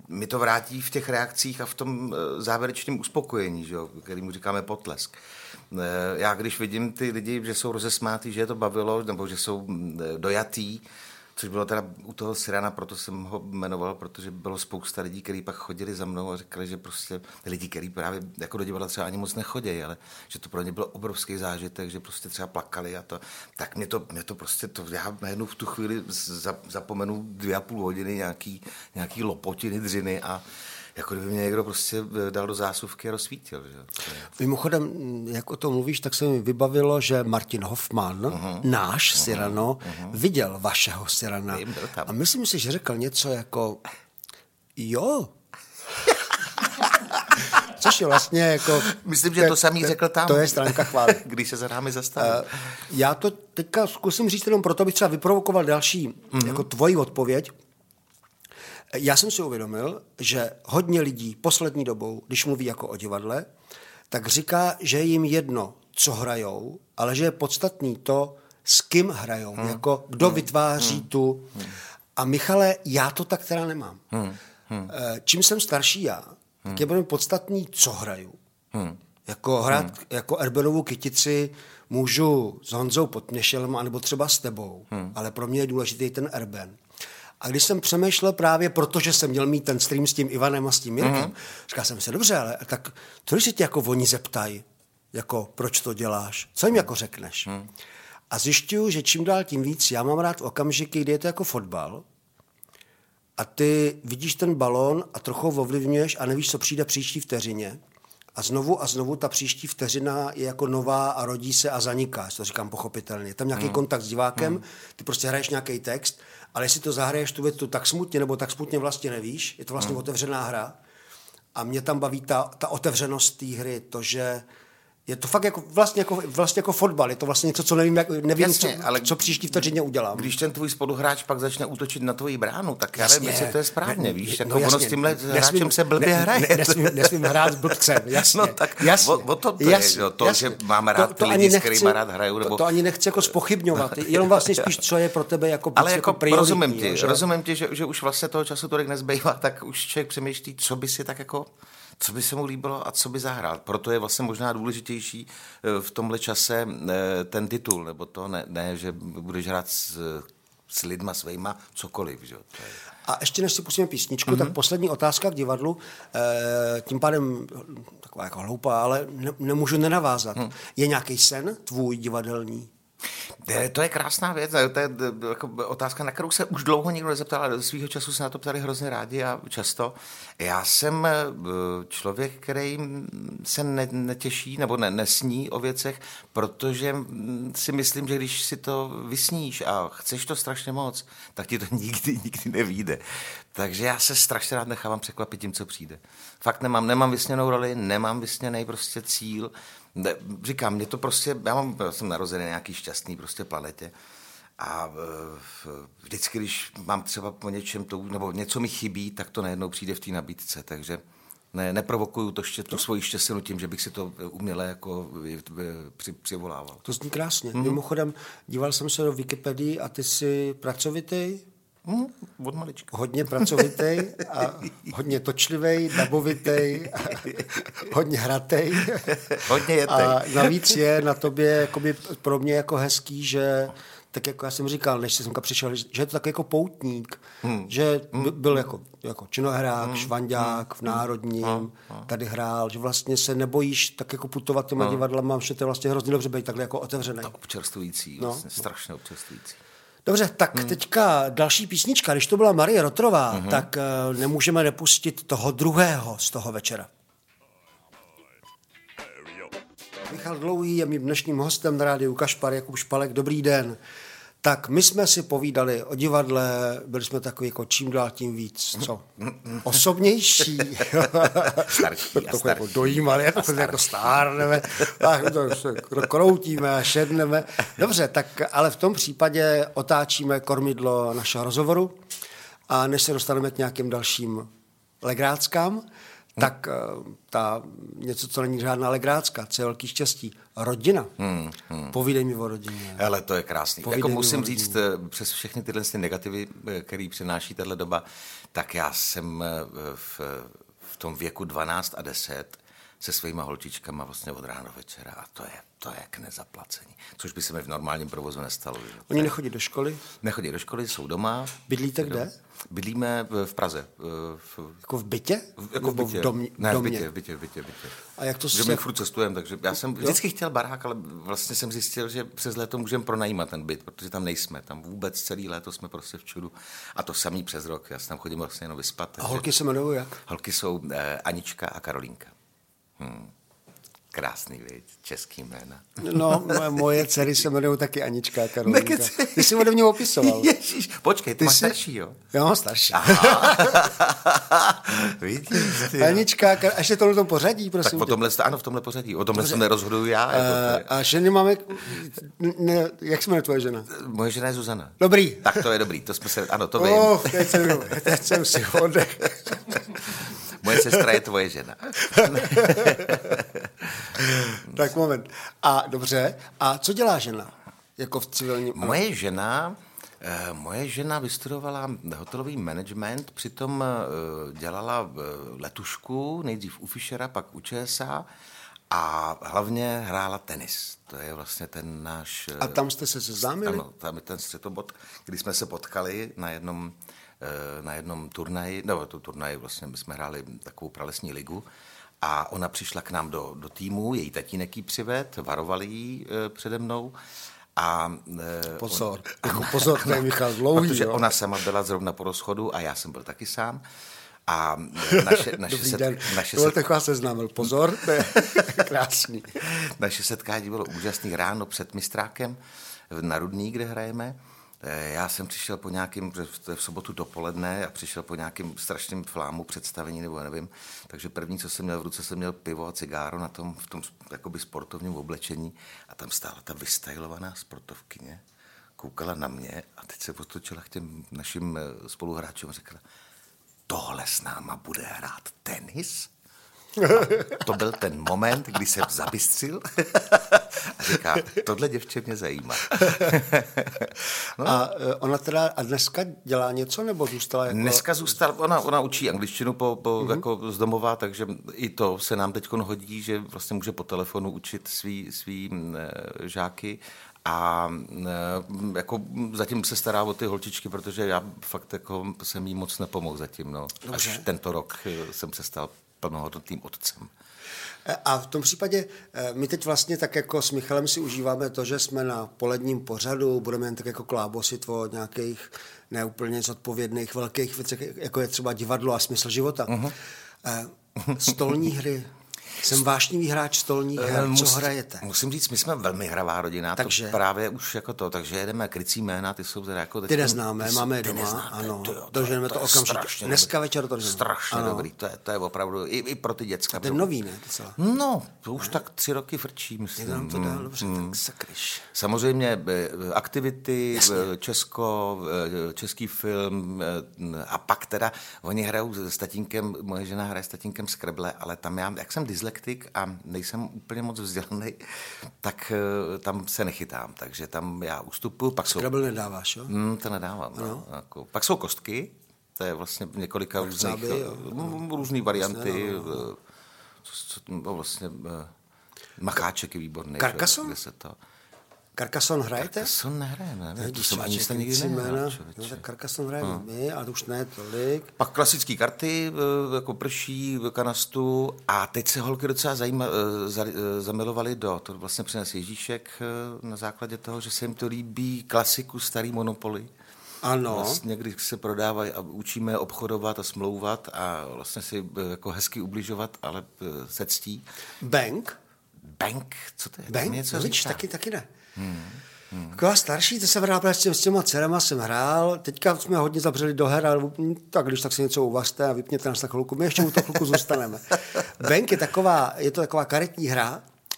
mi to vrátí v těch reakcích a v tom závěrečném uspokojení, že jo, kterýmu říkáme potlesk. Já když vidím ty lidi, že jsou rozesmátí, že je to bavilo, nebo že jsou dojatý, což bylo teda u toho Cyrana, proto jsem ho jmenoval, protože bylo spousta lidí, kteří pak chodili za mnou a říkali, že prostě lidi, kteří právě jako do divadla třeba ani moc nechodějí, ale že to pro ně byl obrovský zážitek, že prostě třeba plakali a to, tak mě to, mě to prostě, to, já najednou v tu chvíli zapomenu dvě a půl hodiny nějaký, nějaký lopotiny, dřiny a jako kdyby mě někdo prostě dal do zásuvky a rozsvítil. Že? Mimochodem, jak o tom mluvíš, tak se mi vybavilo, že Martin Hoffman, uh-huh. náš uh-huh. Cyrano, uh-huh. viděl vašeho Cyrana. A myslím si, že řekl něco jako jo. Což je vlastně jako... Myslím, že to samý řekl tam. To je stránka chvály. Když se za námi zastavil. Uh, já to teďka zkusím říct jenom proto, abych třeba vyprovokoval další uh-huh. jako tvoji odpověď. Já jsem si uvědomil, že hodně lidí poslední dobou, když mluví jako o divadle, tak říká, že je jim jedno, co hrajou, ale že je podstatný to, s kým hrajou, hmm. jako kdo hmm. vytváří hmm. tu. Hmm. A Michale, já to tak teda nemám. Hmm. Hmm. Čím jsem starší já, hmm. tak je pro mě podstatný, co hraju. Hmm. Jako hrát hmm. jako Erbenovou kytici můžu s Honzou Podměšelem, anebo třeba s tebou, hmm. ale pro mě je důležitý ten Erben. A když jsem přemýšlel právě, protože jsem měl mít ten stream s tím Ivanem a s tím Mirkem, mm-hmm. říkal jsem si, dobře, ale tak co když se tě jako oni zeptají, jako proč to děláš, co jim jako řekneš? Mm. A zjišťuju, že čím dál tím víc, já mám rád okamžiky, kdy je to jako fotbal a ty vidíš ten balón a trochu ovlivňuješ a nevíš, co přijde příští vteřině. A znovu a znovu ta příští vteřina je jako nová a rodí se a zaniká, to říkám pochopitelně. Je tam nějaký mm. kontakt s divákem, mm. ty prostě hraješ nějaký text, ale jestli to zahraješ tu větu tak smutně nebo tak smutně vlastně nevíš, je to vlastně mm. otevřená hra a mě tam baví ta, ta otevřenost té hry, to, že je to fakt jako vlastně, jako vlastně jako fotbal, je to vlastně něco, co nevím, jak, nevím Jasně, co, ale co příští vteřině udělám. Když ten tvůj spoluhráč pak začne útočit na tvoji bránu, tak já nevím, jestli to je správně, ne, víš, jako no, ono s tímhle hráčem se blbě ne, hraje. Ne, nesmím, nesmím hrát s blbcem, jasně. No tak jasně, o, o to, to jasně, je, to, jasně. že máme rád to, to ty lidi, s kterýma rád hrajou. Nebo... To, to ani nechci jako zpochybňovat, jenom vlastně spíš, co je pro tebe jako, ale jako, jako rozumím ti, že? rozumím ti, že, že už vlastně toho času tolik nezbývá, tak už člověk přemýšlí, co by si tak jako... co by se mu líbilo a co by zahrál. Proto je vlastně možná důležitější v tomhle čase ten titul, nebo to ne, ne že budeš hrát s, s lidma svejma cokoliv. Že? To je... A ještě než si pustíme písničku, mm-hmm. tak poslední otázka k divadlu. E, tím pádem taková jako hloupá, ale ne, nemůžu nenavázat. Mm. Je nějaký sen tvůj divadelní? To je krásná věc, to je jako otázka, na kterou se už dlouho nikdo nezeptal, ale do svýho času se na to ptali hrozně rádi a často. Já jsem člověk, který se ne, netěší nebo ne, nesní o věcech, protože si myslím, že když si to vysníš a chceš to strašně moc, tak ti to nikdy, nikdy nevyjde. Takže já se strašně rád nechávám překvapit tím, co přijde. Fakt nemám, nemám vysněnou roli, nemám vysněný prostě cíl. Ne, říkám, mě to prostě, já, mám, já jsem narozený na nějaký šťastný prostě planetě a vždycky, když mám třeba po něčem, to, nebo něco mi chybí, tak to najednou přijde v té nabídce, takže ne, neprovokuju to štět, tu svoji štěstinu tím, že bych si to uměle jako při, přivolával. To zní krásně. Mm. Mimochodem, díval jsem se do Wikipedii a ty jsi pracovitý? Hmm, od malička. Hodně pracovitý a hodně točlivý, dabovitý, hodně hratej. Hodně jetej. A navíc je na tobě jakoby, pro mě jako hezký, že tak jako já jsem říkal, než jsem semka přišel, že je to tak jako poutník, hmm. že byl jako, jako činohrák, hmm. švandák v Národním, hmm. tady hrál, že vlastně se nebojíš tak jako putovat těma hmm. divadlama, že to je vlastně hrozně dobře být takhle jako otevřený. To občerstvující, vlastně, no. strašně občerstvující. Dobře, tak hmm. teďka další písnička, když to byla Marie Rotrová, hmm. tak uh, nemůžeme nepustit toho druhého z toho večera. Michal Dlouhý je mým dnešním hostem na rádiu Kašpar, Jakub Špalek, dobrý den. Tak my jsme si povídali o divadle, byli jsme takový jako čím dál tím víc, co? Osobnější. Starší a starší. Jako dojímali, jako, jako stárneme, tak to se kroutíme a šedneme. Dobře, tak ale v tom případě otáčíme kormidlo našeho rozhovoru a než se dostaneme k nějakým dalším legráckám, tak ta něco, co není žádná legrácka, co je velký štěstí. Rodina. Hmm, hmm. Povídej mi o rodině. Hele, to je krásný. Jako musím říct, přes všechny tyhle negativy, které přináší tato doba, tak já jsem v, v tom věku dvanáct a deset se svýma holčičkama vlastně od rána do večera a to je, to je k nezaplacení. Což by se mi v normálním provozu nestalo. Že? Oni nechodí do školy? Nechodí do školy, jsou doma. Bydlíte kde? Bydlíme v Praze. V... Jako v bytě? Jako v bytě. V domě? Ne, v bytě, v bytě, v bytě, v bytě. A jak to že my furt cestujeme, takže já jsem vždycky jo? chtěl barák, ale vlastně jsem zjistil, že přes léto můžeme pronajímat ten byt, protože tam nejsme. Tam vůbec celý léto jsme prostě v čudu. A to samý přes rok. Já se tam chodím vlastně jenom vyspat. A holky se jmenují jak? Holky jsou eh, Anička a Karolínka. Hmm. Krásný, viď? Český jména. No, moje, moje dcery se jmenují taky Anička a Karolínka. Ty jsi ode mě opisoval. Ježíš, počkej, ty, ty máš jsi... starší, jo? Já mám starší. Vidíš, Anička a Karolínka, ještě tohle tom pořadí, prosím. Tak po tomhle, ano, v tomhle pořadí. O tomhle se nerozhoduju já. Uh, jako a ženy máme, ne, jak se jmenuje tvoje žena? Moje žena je Zuzana. Dobrý. Tak to je dobrý, to jsme se, ano, to vím. Oh, teď jsem, teď jsem si oddech. Moje sestra je tvoje žena. Tak moment. A dobře, a co dělá žena? Jako v civilním... Moje žena, moje žena vystudovala hotelový management, přitom dělala letušku, nejdřív u Fischera, pak u ČSA a hlavně hrála tenis. To je vlastně ten náš... A tam jste se seznámili? Ano, tam je ten střetobod, kdy jsme se potkali na jednom na jednom turnaji, nebo tu turnaji vlastně my jsme hráli takovou pralesní ligu a ona přišla k nám do, do týmu, její tatínek jí přived, varovali jí e, přede mnou a... E, pozor, on, jako pozor, to je Michal Dlouhý, protože jo? ona sama byla zrovna po rozchodu a já jsem byl taky sám. A naše, naše, Dobrý set, den. naše Tohle tak vás seznámil. Pozor, to je krásný. Naše setkání bylo úžasný ráno před mistrákem na Rudný, kde hrajeme. Já jsem přišel po nějakým, v sobotu dopoledne a přišel po nějakým strašným flámu představení, nebo nevím. Takže první, co jsem měl v ruce, jsem měl pivo a cigáro na tom, v tom jakoby sportovním oblečení a tam stála ta vystylovaná sportovkyně, koukala na mě a teď se potočila k těm našim spoluhráčům a řekla, tohle s náma bude hrát tenis? A to byl ten moment, kdy jsem zabystřil a říká, tohle děvče mě zajímá. No. A ona teda a dneska dělá něco, nebo zůstala jako... Dneska zůstala, ona, ona učí angličtinu po, po, mm-hmm. jako z domova, takže i to se nám teď hodí, že vlastně může po telefonu učit svý, svý e, žáky a e, jako zatím se stará o ty holčičky, protože já fakt jako jsem jí moc nepomohl zatím. No. Až tento rok jsem se stal plnohodnotným otcem. A v tom případě my teď vlastně tak jako s Michalem si užíváme to, že jsme na poledním pořadu, budeme jen tak jako klábosit o nějakých neúplně zodpovědných velkých věcech, jako je třeba divadlo a smysl života. Uh-huh. Stolní hry. Jsem vášnivý hráč stolních her. Co Mus, hrajete? Musím říct, my jsme velmi hravá rodina, takže to právě už jako to, takže jedeme krycí jména, ty jsou teda jako... Ty neznáme, ty máme je doma, neznáte, ano, doženeme to, to okamžitě. Dneska večer to doženeme. Strašně ano. Dobrý, to je, to je opravdu, i, i pro ty děcka. A ten nový, ne? Docela. No, to už ne? tak tři roky frčí, myslím. Je to dál, dobře, hmm. tak sakryš. Samozřejmě aktivity, Jasně. Česko, český film a pak teda, oni hrajou s tatínkem, moje žena hraje s tatínkem Scrabble, ale tam já, jak jsem dyslektik a nejsem úplně moc vzdělaný, tak uh, tam se nechytám, takže tam já ustupuju. Pak Scrabble jsou... nedáváš, jo? Mm, to nedávám. No. Jako, pak jsou kostky, to je vlastně několika různých, různý varianty. No, no, no. Co, co, vlastně uh, macháček je výborný. Carcassonne? Carcassonne hrajete? Carcassonne nehrajeme, ne? To jsem ani nikdy nehrál. No, tak Carcassonne hrajeme hmm. my, ale už ne tolik. Pak klasické karty, jako prší, kanastu a teď se holky docela zajíma, za, zamilovaly do, to vlastně přines Ježíšek na základě toho, že se jim to líbí klasiku starý Monopoly. Ano. Vlastně, když se prodávají a učíme obchodovat a smlouvat a vlastně si jako hezky ubližovat, ale se ctí. Bank? Bank? Co to je? Bank? Něco no, víš, taky, taky ne. Hmm. Hmm. Taková starší, to jsem hrál právě s těma dcerama, jsem hrál, teďka jsme hodně zabřeli do her, ale tak když tak si něco uvařte a vypněte nás na chvilku, my ještě u toho chvilku zůstaneme. Bank je taková, je to taková karetní hra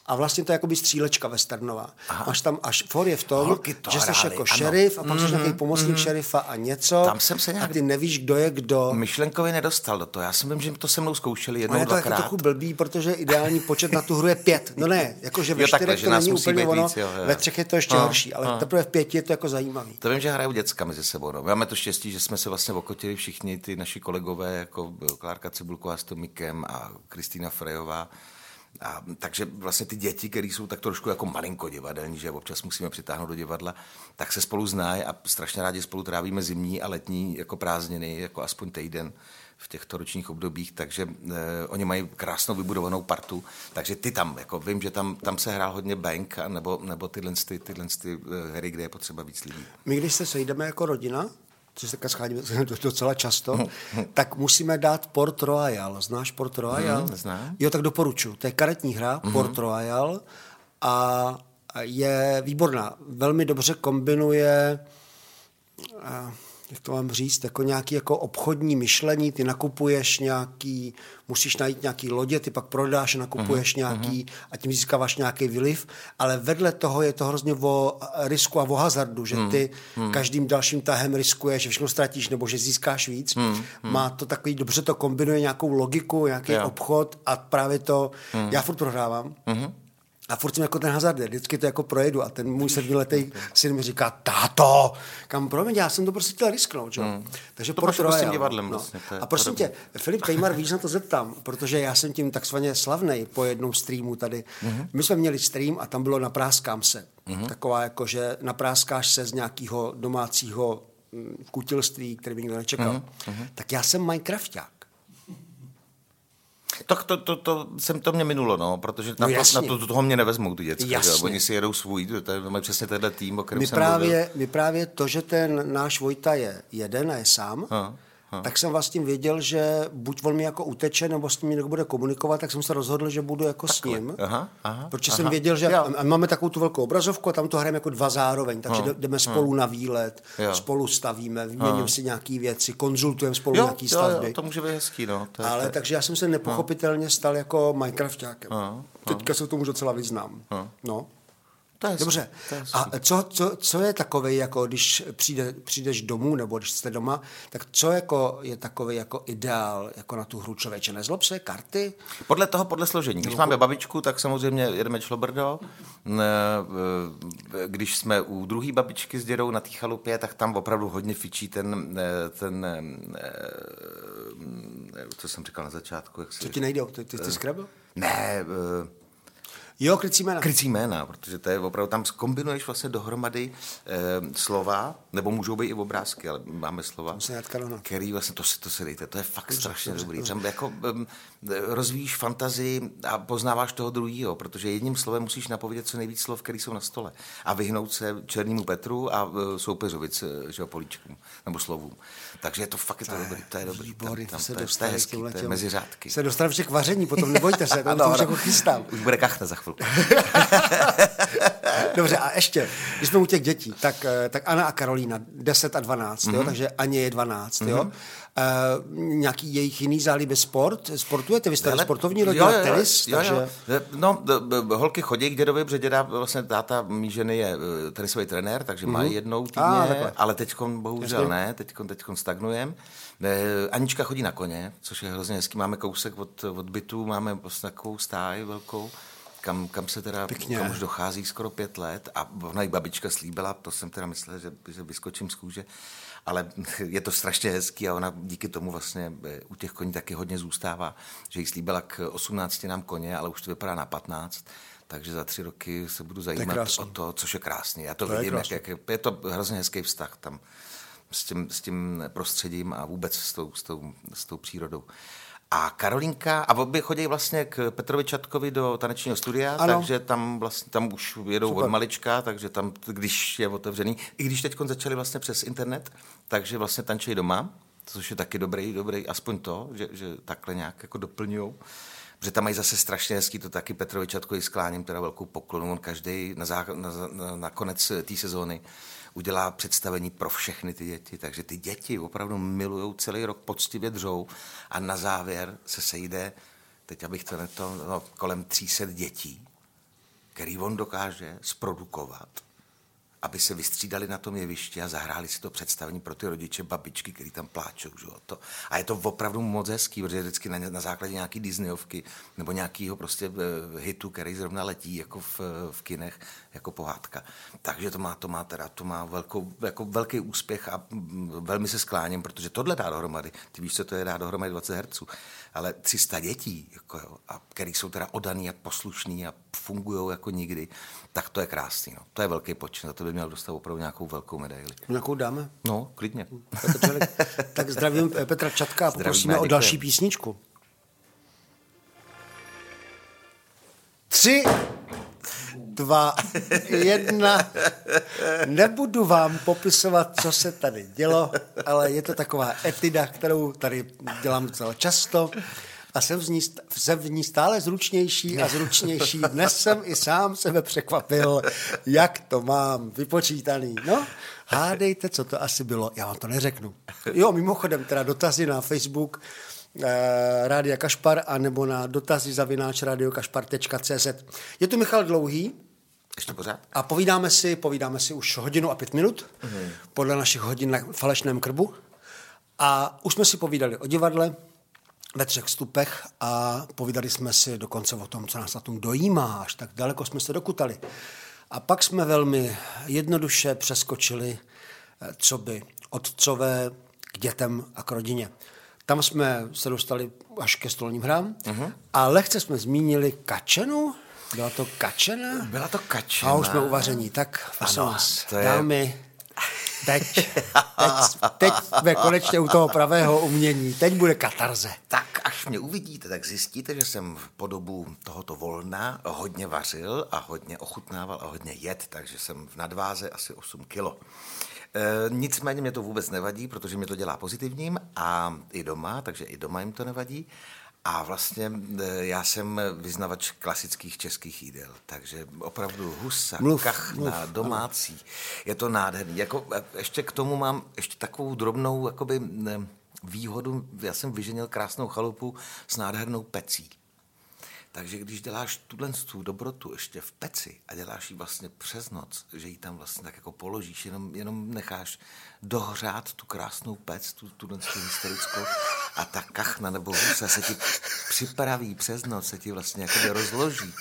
A vlastně to je jakoby střílečka westernová. Aha. Máš tam až for je v tom, že jsi jako ano. šerif a pak jsi mm-hmm. nějaký pomocník mm-hmm. šerifa a něco. Tam jsem se nějak... A ty nevíš, kdo je kdo. Myšlenkově nedostal do toho. Já si myslím, že to se mnou zkoušeli jednou, dvakrát. Je to dvakrát. trochu blbý, protože ideální počet na tu hru je pět. No ne, jakože ve čtyřech to není úplně ono, víc, jo, jo. Ve třech je to ještě no, horší, ale no. teprve v pěti je to jako zajímavý. To vím, že hrajou děcka mezi sebou. No. Máme to štěstí, že jsme se vlastně okotili všichni ty naši kolegové, jako Klárka Cibulková s Tomikem a Kristýna Frejová. A, takže vlastně ty děti, které jsou tak trošku jako malinko divadelní, že občas musíme přitáhnout do divadla, tak se spolu znají a strašně rádi spolu trávíme zimní a letní jako prázdniny, jako aspoň týden v těchto ročních obdobích, takže eh, oni mají krásnou vybudovanou partu, takže ty tam, jako vím, že tam, tam se hrál hodně bank, nebo, nebo tyhle, ty, tyhle ty, eh, hry, kde je potřeba víc lidí. My, když se sejdeme jako rodina, což se scházíme docela často, tak musíme dát Port Royal. Znáš Port Royal? Hmm, znám. Jo, tak doporučuji. To je karetní hra, mm-hmm. Port Royal, a je výborná. Velmi dobře kombinuje, jak to mám říct, jako nějaký jako obchodní myšlení. Ty nakupuješ nějaký, musíš najít nějaký lodě, ty pak prodáš a nakupuješ mm-hmm. nějaký a tím získáváš nějaký vliv, ale vedle toho je to hrozně o risku a o hazardu, že ty mm-hmm. každým dalším tahem riskuješ, že všechno ztratíš nebo že získáš víc. Mm-hmm. Má to takový, dobře to kombinuje nějakou logiku, nějaký yeah. obchod a právě to, mm-hmm. já furt prohrávám. Mm-hmm. A furt jsem jako ten hazarder, vždycky to jako projedu a ten můj sedmiletý syn mi říká, táto, kam promiň, já jsem to prostě chtěl risknout, jo. Hmm. Takže to prostě s tím divadlem no. vlastně. A prosím tě, Filip Kejmar, víš, na to zeptám, protože já jsem tím takzvaně slavnej po jednom streamu tady. Mm-hmm. My jsme měli stream a tam bylo napráskám se. Mm-hmm. Taková jako, že napráskáš se z nějakého domácího kutilství, který by nikdo nečekal. Mm-hmm. Tak já jsem Minecrafták. To, to, to, to, jsem to mě minulo, no, protože na, no to, na to, to toho mě nevezmou ty děcka, oni si jedou svůj, to je přesně tenhle tým, o kterém my jsem právě, mluvil. My právě to, že ten náš Vojta je jeden a je sám, ha, ha. tak jsem vlastně věděl, že buď on mi jako uteče, nebo s ním někdo bude komunikovat, tak jsem se rozhodl, že budu jako Takhle. s ním, aha, aha, protože aha. jsem věděl, že a máme takovou tu velkou obrazovku a tam to hrajeme jako dva zároveň, takže ha, jdeme spolu ha. na výlet, jo. spolu stavíme, vyměníme si nějaké věci, konzultujeme spolu jo, nějaký stavby. Jo, to může být hezký, no. To je, Ale to je... takže já jsem se nepochopitelně stal jako Minecraftákem. Ha, ha. Teďka se tomu docela vyznám. Ha. No. Dobře. A co, co, co je takové, jako když přijde, přijdeš domů, nebo když jste doma, tak co jako je takový jako ideál jako na tu hru, člověče? Nezlob se, karty? Podle toho, podle složení. Když máme babičku, tak samozřejmě jedeme Člobrdo. Když jsme u druhé babičky s dědou na té chalupě, tak tam opravdu hodně fičí ten, ten co jsem říkal na začátku. Jak co ti nejde? Ty, ty jsi Scrabble? Ne, Jo, krycí jména. Krycí jména, protože to je opravdu, tam zkombinuješ vlastně dohromady e, slova, nebo můžou být i obrázky, ale máme slova, který vlastně, to, to se dejte, to je fakt dobře, strašně dobře, dobrý. Dobře. Tam jako um, rozvíjíš fantazii a poznáváš toho druhýho, protože jedním slovem musíš napovědět co nejvíc slov, který jsou na stole a vyhnout se Černému Petru a uh, soupeřovic, že políčkům, nebo slovům. Takže je to fakt je to dobrý, to je dobrý. Výbory, tam, tam, se to, je, to je hezký, to je mezi řádky. Se dostanu všech vaření, potom nebojte se, to už jako chystám. Už bude kachna za chvilku. Dobře, a ještě, když jsme u těch dětí, tak, tak Anna a Karolína, deset a dvanáct, mm-hmm. jo, takže Aně je dvanáct, mm-hmm. jo. Uh, nějaký jejich jiný záliby sport? Sportujete? Vy jste ale, sportovní rodina, tenis? Jo, takže... jo. No, holky chodí k dědovi, protože děda, vlastně táta mý ženy je tenisový trenér, takže mm-hmm. má jednou týdně, ah, ale teďkon bohužel Jasně. ne, teďkon, teďkon stagnujem. Anička chodí na koně, což je hrozně hezký, máme kousek od, od bytu, máme vlastně takovou stáj velkou, kam, kam se teda, Pěkně. kam už dochází skoro pět let a ona i babička slíbila, to jsem teda myslel, že, že vyskočím z kůže, ale je to strašně hezký a ona díky tomu vlastně u těch koní taky hodně zůstává, že jí slíbila k osmnácti nám koně, ale už to vypadá na patnáct, takže za tři roky se budu zajímat to o to, což je krásný. Já to, to vidím, je, jak, jak je, je to hrozně hezký vztah tam s tím, s tím prostředím a vůbec s tou, s tou, s tou přírodou. A Karolinka, a obě chodí vlastně k Petrovi Čatkovi do tanečního studia, ano. takže tam vlastně tam už jedou Super. Od malička, takže tam, když je otevřený, i když teď začali vlastně přes internet, takže vlastně tančí doma, což je taky dobrý, dobrý, aspoň to, že, že takhle nějak jako doplňujou. Protože tam mají zase strašně hezký, to taky Petrovi Čatkovi skláním teda velkou poklonu, on každý na, zá, na, na, na konec té sezóny udělá představení pro všechny ty děti, takže ty děti opravdu milujou celý rok, poctivě dřou a na závěr se sejde, teď abych to neto, no, kolem tři sta dětí který on dokáže zprodukovat, aby se vystřídali na tom jevišti a zahráli si to představení pro ty rodiče, babičky, který tam pláčou. Že? To. A je to opravdu moc hezký, protože vždycky na, na základě nějaký Disneyovky nebo nějakého prostě uh, hitu, který zrovna letí jako v, v kinech, jako pohádka. Takže to má, to má teda, to má velkou, jako velký úspěch a mm, velmi se skláním, protože tohle dá dohromady. Ty víš, co to je, dá dohromady dvacet herců. Ale tři sta dětí, jako jo, a který jsou teda odaný a poslušní a fungují jako nikdy, tak to je krásný. No. To je velký počin, za to by měl dostat opravdu nějakou velkou medaili. Nějakou dáme? No, klidně. Tak zdravím Petra Čatka a poprosíme o další písničku. Tři, dva, jedna. Nebudu vám popisovat, co se tady dělo, ale je to taková etida, kterou tady dělám docela často a jsem v ní, jsem v ní stále zručnější a zručnější. Dnes jsem i sám sebe překvapil, jak to mám vypočítaný. No, hádejte, co to asi bylo. Já vám to neřeknu. Jo, mimochodem, teda dotazy na Facebook eh, Rádia Kašpar a nebo na dotazy zavináč radiokašpar tečka cé zet. Je tu Michal Dlouhý. Ještě pořád? A povídáme si, povídáme si už hodinu a pět minut, mm. podle našich hodin na falešném krbu. A už jsme si povídali o divadle ve třech vstupech a povídali jsme si dokonce o tom, co nás na tom dojímá, až tak daleko jsme se dokutali. A pak jsme velmi jednoduše přeskočili, co by otcové k dětem a k rodině. Tam jsme se dostali až ke stolním hrám mm. a lehce jsme zmínili Kačenu. Byla to Kačena? Byla to Kačena. A už jsme uvaření, tak prosím vás, to je... dámy, teď, teď, teď jsme konečně u toho pravého umění, teď bude katarze. Tak až mě uvidíte, tak zjistíte, že jsem po dobu tohoto volna hodně vařil a hodně ochutnával a hodně jet, takže jsem v nadváze asi osm kilo. E, nicméně mě to vůbec nevadí, protože mě to dělá pozitivním a i doma, takže i doma jim to nevadí. A vlastně já jsem vyznavač klasických českých jídel, takže opravdu husa, mluv, kachna, mluv, domácí, mluv. Je to nádherný. Jako, ještě k tomu mám ještě takovou drobnou jakoby, výhodu, já jsem vyženil krásnou chalupu s nádhernou pecí. Takže když děláš tuhle dobrotu ještě v peci a děláš ji vlastně přes noc, že ji tam vlastně tak jako položíš, jenom, jenom necháš dohřát tu krásnou pec, tu, tuhle hysterickou a ta kachna nebo husa se ti připraví přes noc, se ti vlastně jakoby rozloží.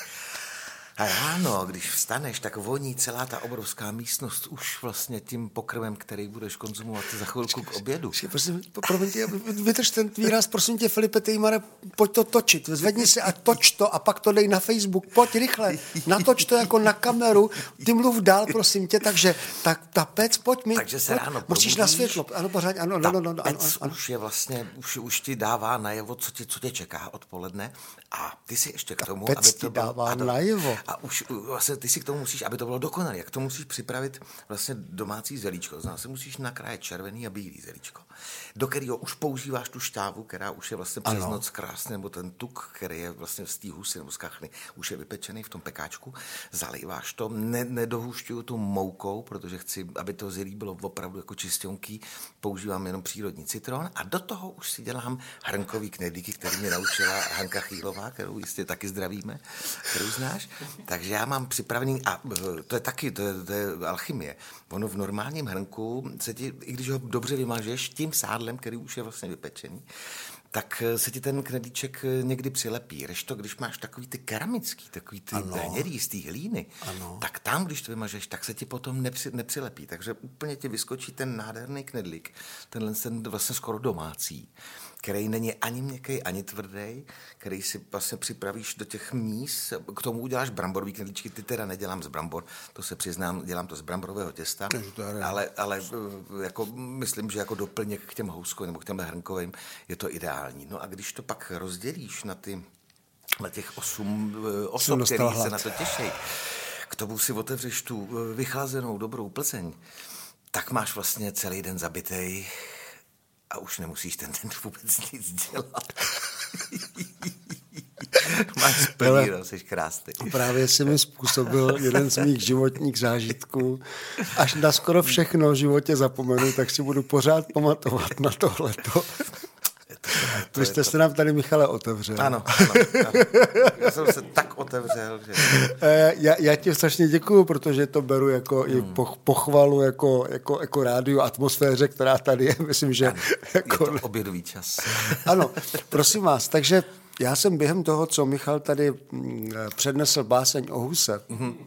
A ráno, když vstaneš, tak voní celá ta obrovská místnost už vlastně tím pokrmem, který budeš konzumovat za chvilku k obědu. Prosím, promiň tě, vydrž ten výraz, prosím tě, Filipe Tejmare, pojď to točit, zvedni se a toč to a pak to dej na Facebook, pojď rychle, natoč to jako na kameru, ty mluv dál, prosím tě, takže tak ta pec, pojď mi, takže se pojď, ráno musíš na světlo, ano, pořád, ano, ta no, no, no, pec ano, ano. už je vlastně, už, už ti dává najevo, co tě, co tě čeká odpoledne a ty si ještě k tomu, pec aby ti to dává bylo, najevo. A už vlastně ty si k tomu musíš, aby to bylo dokonalé, jak to musíš připravit vlastně domácí zelíčko. Znamená, musíš nakrájet červený a bílý zelíčko, do kterého už používáš tu šťávu, která už je vlastně přes noc krásný, nebo ten tuk, který je vlastně z té husy nebo z kachny, už je vypečený v tom pekáčku, zalejváš to, ne, nedohušťuju tu moukou, protože chci, aby to zelí bylo opravdu jako čistěnký, používám jenom přírodní citron a do toho už si dělám hrnkový knedlíky, který mě naučila Hanka Chýlová, kterou jistě taky zdravíme, kterou znáš. Takže já mám připravený, a to je taky, to je, to je alchymie. Ono v normálním hrnku se ti, i když ho dobře vymažeš tím sádlem, který už je vlastně vypečený, tak se ti ten knedlíček někdy přilepí. Režto, když máš takový ty keramický, takový ty hnědý z té hlíny, ano. Tak tam, když to vymažeš, tak se ti potom nepři, nepřilepí. Takže úplně ti vyskočí ten nádherný knedlík, tenhle ten vlastně skoro domácí, který není ani měkký, ani tvrdý, který si vlastně připravíš do těch míst. K tomu uděláš bramborový knedlíčky, ty teda nedělám z brambor, to se přiznám, dělám to z bramborového těsta, ale, ale jako myslím, že jako doplněk k těm houskovým nebo k těm hrnkovým je to ideální. No a když to pak rozdělíš na ty, na těch osm osob, který se na to těší, k tomu si otevřeš tu vychlazenou dobrou Plzeň, tak máš vlastně celý den zabitej a už nemusíš ten den vůbec nic dělat. Máš splný, no, jsi krásný. Právě si mi způsobil jeden z mých životních zážitků. Až na skoro všechno v životě zapomenu, tak si budu pořád pamatovat na tohleto. Vy jste se nám tady, Michale, otevřel. Ano, ano, ano. Já jsem se tak otevřel, že... Já, já ti strašně děkuju, protože to beru jako hmm. i pochvalu, jako, jako, jako rádio atmosféře, která tady je. Myslím, že... Ano, jako... je to obědový čas. Ano, prosím vás, takže já jsem během toho, co Michal tady přednesl báseň o huse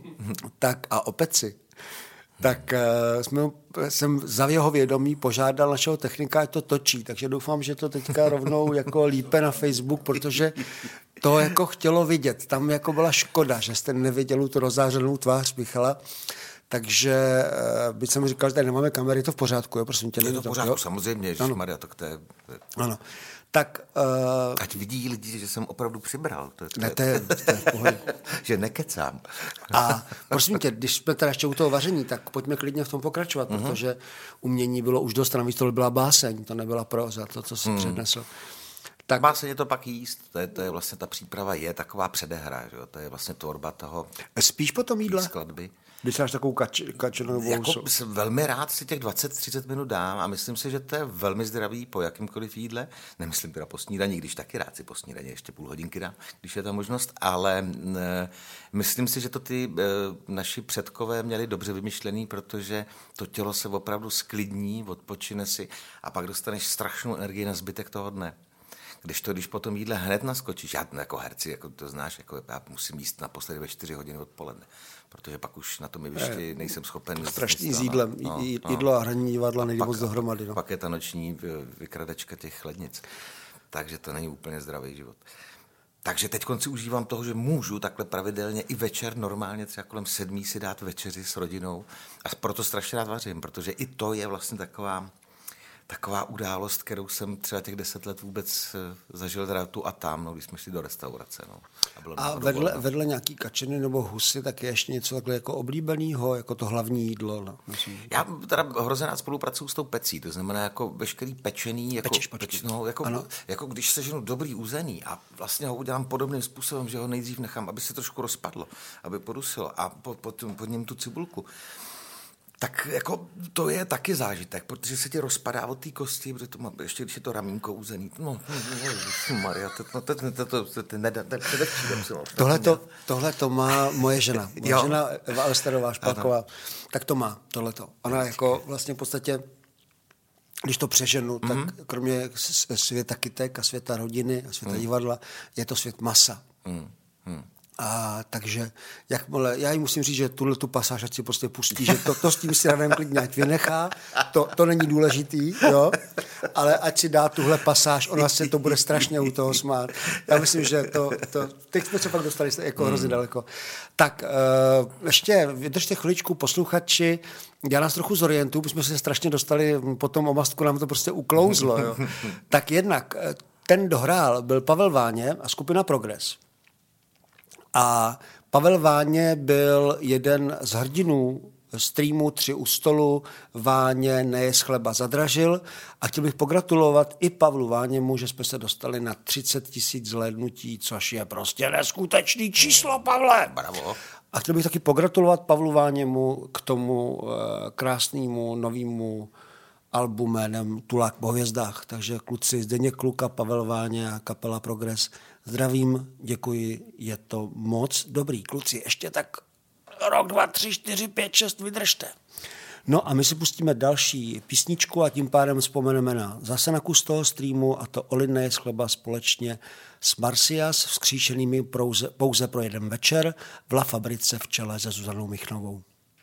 tak a o peci, tak jsme, jsem za jeho vědomí požádal našeho technika, ať to točí, takže doufám, že to teďka rovnou jako lípe na Facebook, protože to jako chtělo vidět. Tam jako byla škoda, že jste neviděl tu rozářenou tvář Michala. Takže byť jsem říkal, že tady nemáme kamery, je to v pořádku, jo, prosím tě. Je to v pořádku, jo? Samozřejmě, že Maria, tak to je... Ano. Tak, uh, ať vidí lidi, že jsem opravdu přibral. To je, to ne, to je, to je v pohodě. Že nekecám. A prosím tě, když jsme teda ještě u toho vaření, tak pojďme klidně v tom pokračovat, uh-huh. protože umění bylo už dost, navíc to byla báseň, to nebyla proza, to, co jsi uh-huh. přednesl. Tak báseň je to pak jíst, to je, to je vlastně ta příprava, je taková předehra, že jo? To je vlastně tvorba toho... Spíš po tom jídle? Skladby. Když máš takovou kač, kačenou jako jsem velmi rád si těch dvacet třicet minut dám a myslím si, že to je velmi zdravý po jakýmkoliv jídle. Nemyslím teda po snídani, když taky rád si po snídani ještě půl hodinky dám, když je ta možnost, ale ne, myslím si, že to ty e, naši předkové měli dobře vymyšlený, protože to tělo se opravdu sklidní, odpočine si a pak dostaneš strašnou energii na zbytek toho dne. Když to, když po tom jídle hned naskočíš, já jako herci, jako to znáš, jako já musím jíst naposledy ve čtyři hodiny odpoledne, protože pak už na tom jevišti nejsem schopen. Strašný s jídlem, no, jídlo no. a hraní divadla nejde moc dohromady. No. Pak je ta noční vykradečka těch lednic, takže to není úplně zdravý život. Takže teď si užívám toho, že můžu takhle pravidelně i večer normálně třeba kolem sedmí si dát večeři s rodinou a proto strašně rád vařím, protože i to je vlastně taková Taková událost, kterou jsem třeba těch deset let vůbec zažil teda tu a tam, no, když jsme šli do restaurace. No. A, bylo a vedle, vedle nějaký kačeny nebo husy, tak je ještě něco takhle jako oblíbenýho, jako to hlavní jídlo? No, Já teda hrozně rád spolupracuju s tou pecí, to znamená jako veškerý pečený, jako, peč, no, jako, jako když seženu dobrý uzený a vlastně ho udělám podobným způsobem, že ho nejdřív nechám, aby se trošku rozpadlo, aby podusilo a pod, pod, pod něm tu cibulku. Tak jako to je taky zážitek, protože se ti rozpadá od té kosti, protože to má, ještě když je to ramínko uzený. No, Maria, to, to, to, to, to, to, to nedá, to Tohle to má moje žena. Moje jo. žena Eva Alsterová, Špalková, tak to má tohleto. Ona jako vlastně v podstatě, když to přeženu, tak mm-hmm. kromě světa kytek a světa rodiny a světa mm. divadla, je to svět masa. Mm. Mm. A takže, jakmile, já jí musím říct, že tuhle tu pasáž ať si prostě pustí, že to, to s tím si radem klidně ať vynechá, to, to není důležitý, jo, ale ať si dá tuhle pasáž, ona se to bude strašně u toho smát. Já myslím, že to, to teď jsme se pak dostali jako hrozně daleko. Tak uh, ještě vydržte chviličku, posluchači, já nás trochu zorientuju, my jsme se strašně dostali, potom o mastku nám to prostě uklouzlo, jo. Tak jednak, ten dohrál byl Pavel Váně a skupina Progres. A Pavel Váně byl jeden z hrdinů streamu Tři u stolu, Váně nejes chleba zadražil a chtěl bych pogratulovat i Pavlu Váněmu, že jsme se dostali na třicet tisíc zhlédnutí, což je prostě neskutečný číslo, Pavle. Bravo. A chtěl bych taky pogratulovat Pavlu Váněmu k tomu uh, krásnému novému albu jménem Tulák po hvězdách. Takže kluci Zdeněk Kluka, Pavel Váně a kapela Progres. Zdravím, děkuji, je to moc dobrý. Kluci, ještě tak rok, dva, tři, čtyři, pět, šest, vydržte. No a my si pustíme další písničku a tím pádem vzpomeneme na zase na kus toho streamu a to Olidné z chleba společně s Marcias vzkříšenými pouze, pouze pro jeden večer v La Fabrice v čele se Zuzanou Michnovou.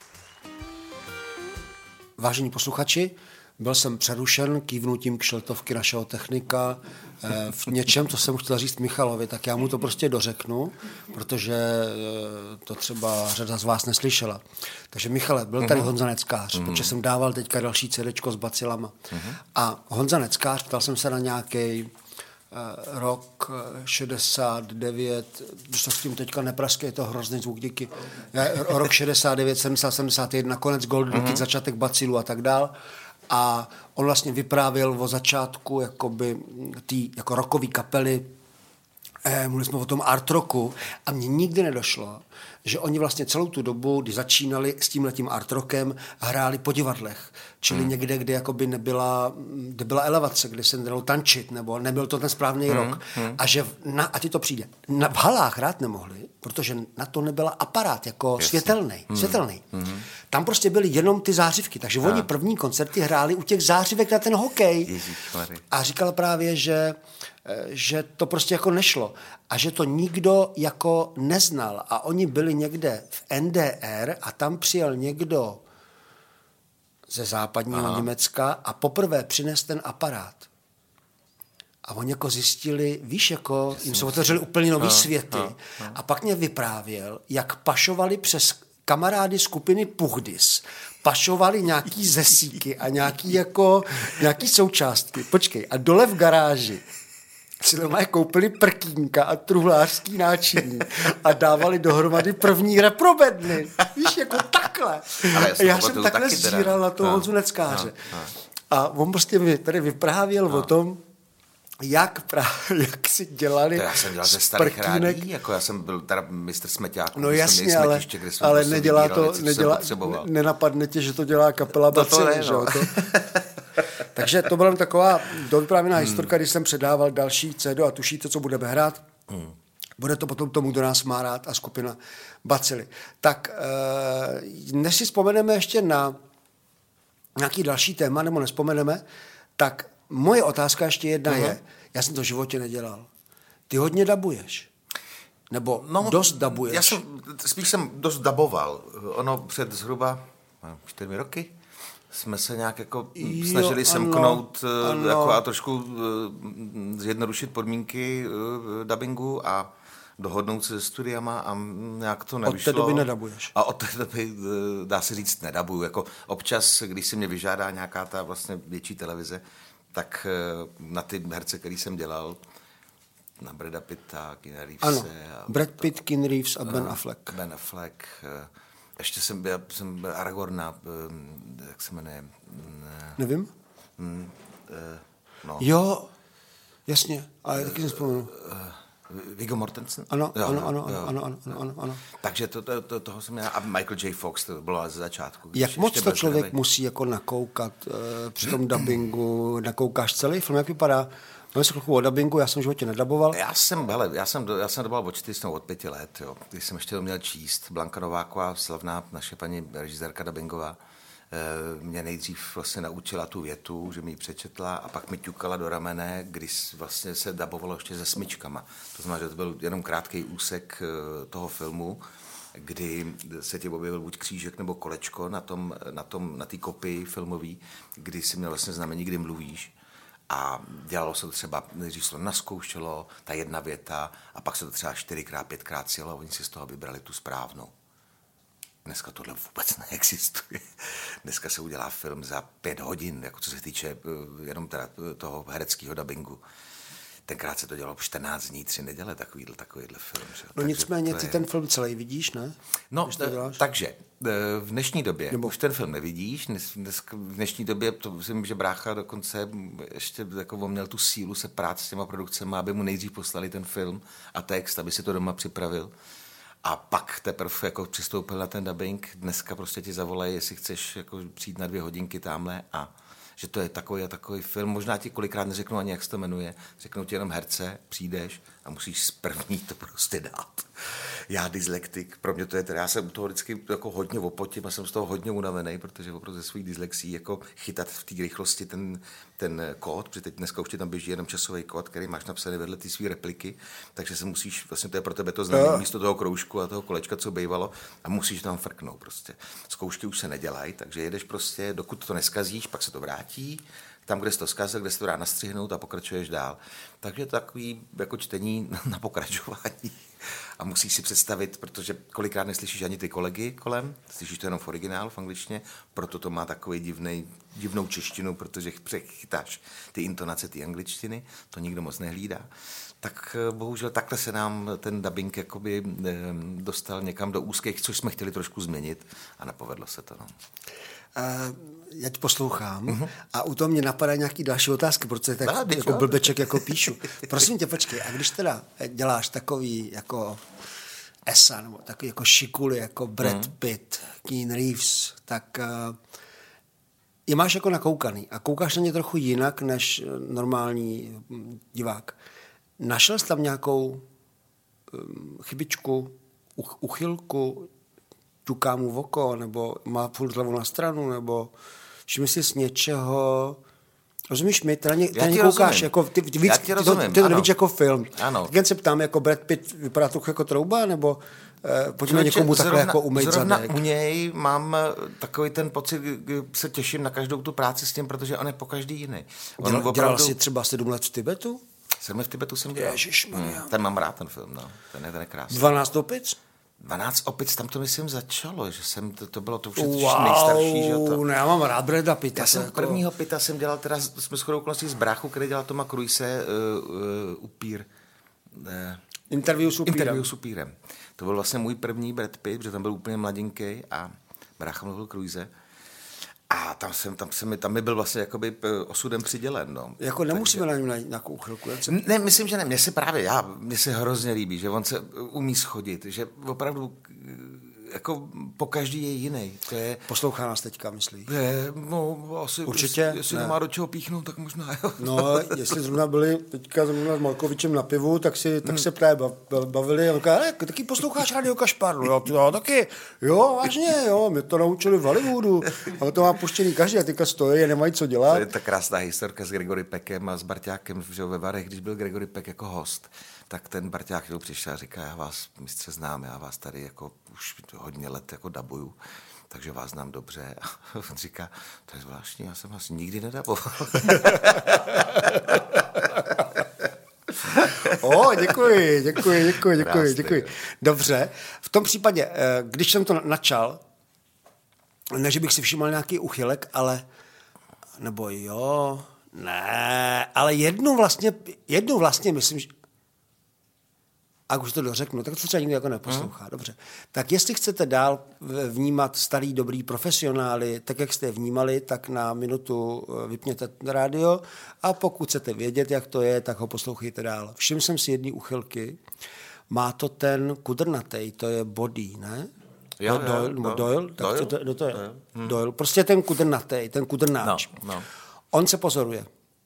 Vážení posluchači, byl jsem přerušen kývnutím kšeltovky našeho technika v něčem, co jsem chtěl říct Michalovi, tak já mu to prostě dořeknu, protože to třeba řada z vás neslyšela. Takže Michale, byl tady uh-huh. Honza Neckář, uh-huh. protože jsem dával teďka další cédéčko s bacilama. Uh-huh. A Honza Neckář, ptal jsem se na nějaký uh, rok šedesát devět, když to s tím teďka nepraský, je to hrozný zvuk, díky. Rok šedesát devět, sedmdesát, sedmdesát jedna, konec Goldu, uh-huh. začátek bacilu a tak dál. A on vlastně vyprávěl o začátku jakoby tý, jako rockový kapely Eh, mluvili jsme o tom art rocku a mně nikdy nedošlo, že oni vlastně celou tu dobu, kdy začínali s tímhletím art rockem, hráli po divadlech. Čili hmm. někde, kde jakoby nebyla, kde byla elevace, kde se nedalo tančit, nebo nebyl to ten správný hmm. rok. Hmm. A že na, a ti to přijde. Na, v halách hrát nemohli, protože na to nebyla aparát jako Jasně. světelný. Hmm. světelný. Hmm. Tam prostě byly jenom ty zářivky. Takže a. oni první koncerty hráli u těch zářivek na ten hokej. Ježišmarja. A říkala právě, že že to prostě jako nešlo a že to nikdo jako neznal a oni byli někde v N D R a tam přijel někdo ze západního Aha. Německa a poprvé přines ten aparát. A oni jako zjistili, víš, jako jim se otevřeli úplně nový světy ha, ha. A pak mě vyprávěl, jak pašovali přes kamarády skupiny Puhdis, pašovali nějaký zesíky a nějaký jako nějaký součástky. Počkej, a dole v garáži si doma koupili prkínka a truhlářský náčiní a dávali dohromady první reprobedny. Víš, jako takhle. Ale já, já jsem takhle zíral na toho Honzu Neckáře. A on prostě mi tady vyprávěl no. o tom, jak, právě, jak si dělali to já jsem dělal ze starých rádí, jako já jsem byl teda mistr smeťáků. No jasně, ale, smetiště, ale nedělá to, nedělá, nenapadne tě, že to dělá kapela Bacily. No. To. Takže to byla taková dovyprávěná hmm. historka, když jsem předával další C D a tušíte, co budeme hrát. Hmm. Bude to potom tomu, kdo nás má rád a skupina Bacily. Tak než si vzpomeneme ještě na nějaký další téma, nebo nespomeneme, tak moje otázka ještě jedna uh-huh. je, já jsem to v životě nedělal. Ty hodně dabuješ? Nebo no, dost dabuješ? Já jsem, spíš jsem dost daboval. Ono před zhruba čtyřmi roky jsme se nějak jako jo, snažili ano, semknout ano. Jako a trošku zjednodušit podmínky dabingu a dohodnout se se studiama a nějak to nevyšlo. Od té doby nedabuješ. A od té doby, dá se říct, nedabuju. Jako občas, když si mě vyžádá nějaká ta vlastně větší televize, tak na ty herce, který jsem dělal, na Brada Pitta, Keanu Reevese. Ano, Brad Pitt, Keanu Reeves a Ben Affleck. Ben Affleck. Ještě jsem byl, jsem byl Aragorna, jak se jmenuje? Nevím. Hmm, no. Jo, jasně, ale taky nespomenu. Viggo Mortensen? Ano, jo, ano, ano, ano, ano, ano, ano, ano. Takže to, to, to, toho jsem měl. A Michael J. Fox, to bylo ze začátku. Jak moc to člověk zdravý. Musí jako nakoukat uh, při tom dabingu, nakoukáš celý film, jak vypadá? Mluvím se chvilku o dabingu, já jsem v životě nedaboval. Já jsem, hele, já jsem, já jsem daboval od čtyři, od pěti let, jo, když jsem ještě uměl číst. Blanka Nováková, slavná naše paní režisérka dabingová, mě nejdřív vlastně naučila tu větu, že mi ji přečetla a pak mi ťukala do ramene, když vlastně se dabovalo ještě se smyčkama. To znamená, že to byl jenom krátký úsek toho filmu, kdy se ti objevil buď křížek nebo kolečko na tom, na tom, na té kopii filmový, kdy si měl vlastně znamení, kdy mluvíš. A dělalo se to třeba, nejdřív se to naskoušelo, ta jedna věta, a pak se to třeba čtyřikrát, pětkrát sjelo a oni si z toho vybrali tu správnou. Dneska tohle vůbec neexistuje. Dneska se udělá film za pět hodin, jako co se týče jenom teda toho hereckého dabingu. Tenkrát se to dělalo čtrnáct dní, tři neděle, takovýhle, takovýhle film. Že? No takže nicméně ty je... ten film celý vidíš, ne? No, takže v dnešní době Nebo... už ten film nevidíš. Dnes, dnes, v dnešní době, to myslím, že brácha dokonce ještě jako měl tu sílu se prát s těma produkcemi, aby mu nejdřív poslali ten film a text, aby si to doma připravil. A pak teprve jako přistoupil na ten dubbing. Dneska prostě ti zavolají, jestli chceš jako přijít na dvě hodinky tamhle a že to je takový a takový film. Možná ti kolikrát neřeknou ani, jak se to jmenuje. Řeknou ti jenom herce, přijdeš a musíš z první to prostě dát. Já dyslektik, pro mě to je teda, já jsem u toho vždycky jako hodně opotím a jsem z toho hodně unavený, protože opravdu ze svojí dyslexí jako chytat v té rychlosti ten, ten kód, protože teď dneska už ti tam běží jenom časový kód, který máš napsaný vedle ty svý repliky, takže se musíš, vlastně to je pro tebe to znamená místo toho kroužku a toho kolečka, co bývalo, a musíš tam frknout prostě. Zkoušky už se nedělají, takže jedeš prostě, dokud to neskazíš, pak se to vrátí, tam, kde jsi to zkazil, kde se to dá nastřihnout a pokračuješ dál. Takže to takový jako čtení na pokračování. a musíš si představit, protože kolikrát neslyšíš ani ty kolegy kolem, slyšíš to jenom v originálu, v angličtině, proto to má takový divnej, divnou češtinu, protože přechytáš ty intonace ty angličtiny, to nikdo moc nehlídá. Tak bohužel takhle se nám ten dubbing jakoby dostal někam do úzkých, což jsme chtěli trošku změnit a nepovedlo se to. No. Uh, já tě poslouchám uh-huh. a u toho mě napadá nějaký další otázky, protože tak no, jako blbeček jako píšu. Prosím tě, počkej, a když teda děláš takový jako esa, nebo takový jako šikuly, jako Brad uh-huh. Pitt, Keanu Reeves, tak uh, je máš jako nakoukaný a koukáš na ně trochu jinak než normální divák. Našel jsi tam nějakou um, chybičku, uch, uchylku, ťuká mu v oko, nebo má furt hlavu na stranu, nebo všimni si z něčeho. Rozumíš mi? Teda nekoukáš, jako ty, ty, víc, ty, to, ty to nevíš jako film. Ano. Tak jen se ptám, jako Brad Pitt vypadá trochu jako trouba, nebo eh, pojďme někomu takhle zrovna, jako umýt zrovna zadek. U něj mám takový ten pocit, kdy se těším na každou tu práci s tím, protože on je po každý jiný. On Dělal, opravdu... dělal jsi třeba sedm let v Tibetu? Sedm let v Tibetu jsem dělal. Ježišmarja. Hmm, ten mám rád, ten film, no. Ten je, ten je krásný. dvanáct opic? dvanáct opic, tam to myslím začalo, že jsem, to, to bylo to už je wow, nejstarší, že to. No já mám rád Brada Pitta. Já jsem jako... prvního Pitta jsem dělal teda, jsme shodou okolností z bráchu, který dělal Toma Cruise, uh, uh, upír. Uh, Interview s upírem. Interview s upírem. To byl vlastně můj první Brad Pitt, protože tam byl úplně mladinký a brácha mluvil Cruise. A tam jsem, tam jsem, tam mi byl vlastně jakoby osudem přidělen, no. Jako nemusíme Takže... na něm nějakou chvilku. Se... Ne, myslím, že ne. Mně se právě, já, mně se hrozně líbí, že on se umí schodit, že opravdu jako po každý je jiný. To je... Poslouchá nás teďka, myslíš? Je, no, asi, určitě. Jestli, jestli nemá do čeho píchnout, tak možná jo. No, jestli zrovna byli teďka zrovna s Malkovičem na pivu, tak, si, tak hmm. se právě bavili a říká, taky posloucháš Rádio Kašpar? Jo, jo, taky. Jo, vážně, jo, mě to naučili v Hollywoodu. A to má puštěný každý a teďka stojí a nemají co dělat. To je ta krásná historka s Gregory Peckem a s Barťákem že ve Varech, když byl Gregory Peck jako host, tak ten Barťák to přišel a říká, já vás, mistře, znám, já vás tady jako už hodně let jako dabuju, takže vás znám dobře. A on říká, to je zvláštní, já jsem vás nikdy nedaboval. O, děkuji, děkuji, děkuji, děkuji, děkuji. Dobře, v tom případě, když jsem to načal, ne, že bych si všiml nějaký uchylek, ale, nebo jo, ne, ale jednu vlastně, jednu vlastně myslím, že a už to dořeknu, tak to třeba nikdo jako neposlouchá. Hmm. Dobře. Tak jestli chcete dál vnímat starý, dobrý profesionály, tak jak jste je vnímali, tak na minutu vypněte rádio a pokud chcete vědět, jak to je, tak ho poslouchejte dál. Všiml jsem si jedné uchylky. Má to ten kudrnatej, to je Body, ne? Jo, no, Doyle, jo, no, no. Doyle, tak Doyle? to, to, to je. Doyle. Hmm. Doyle. Prostě ten kudrnatej, ten kudrnáč. No, no. On se pozoruje.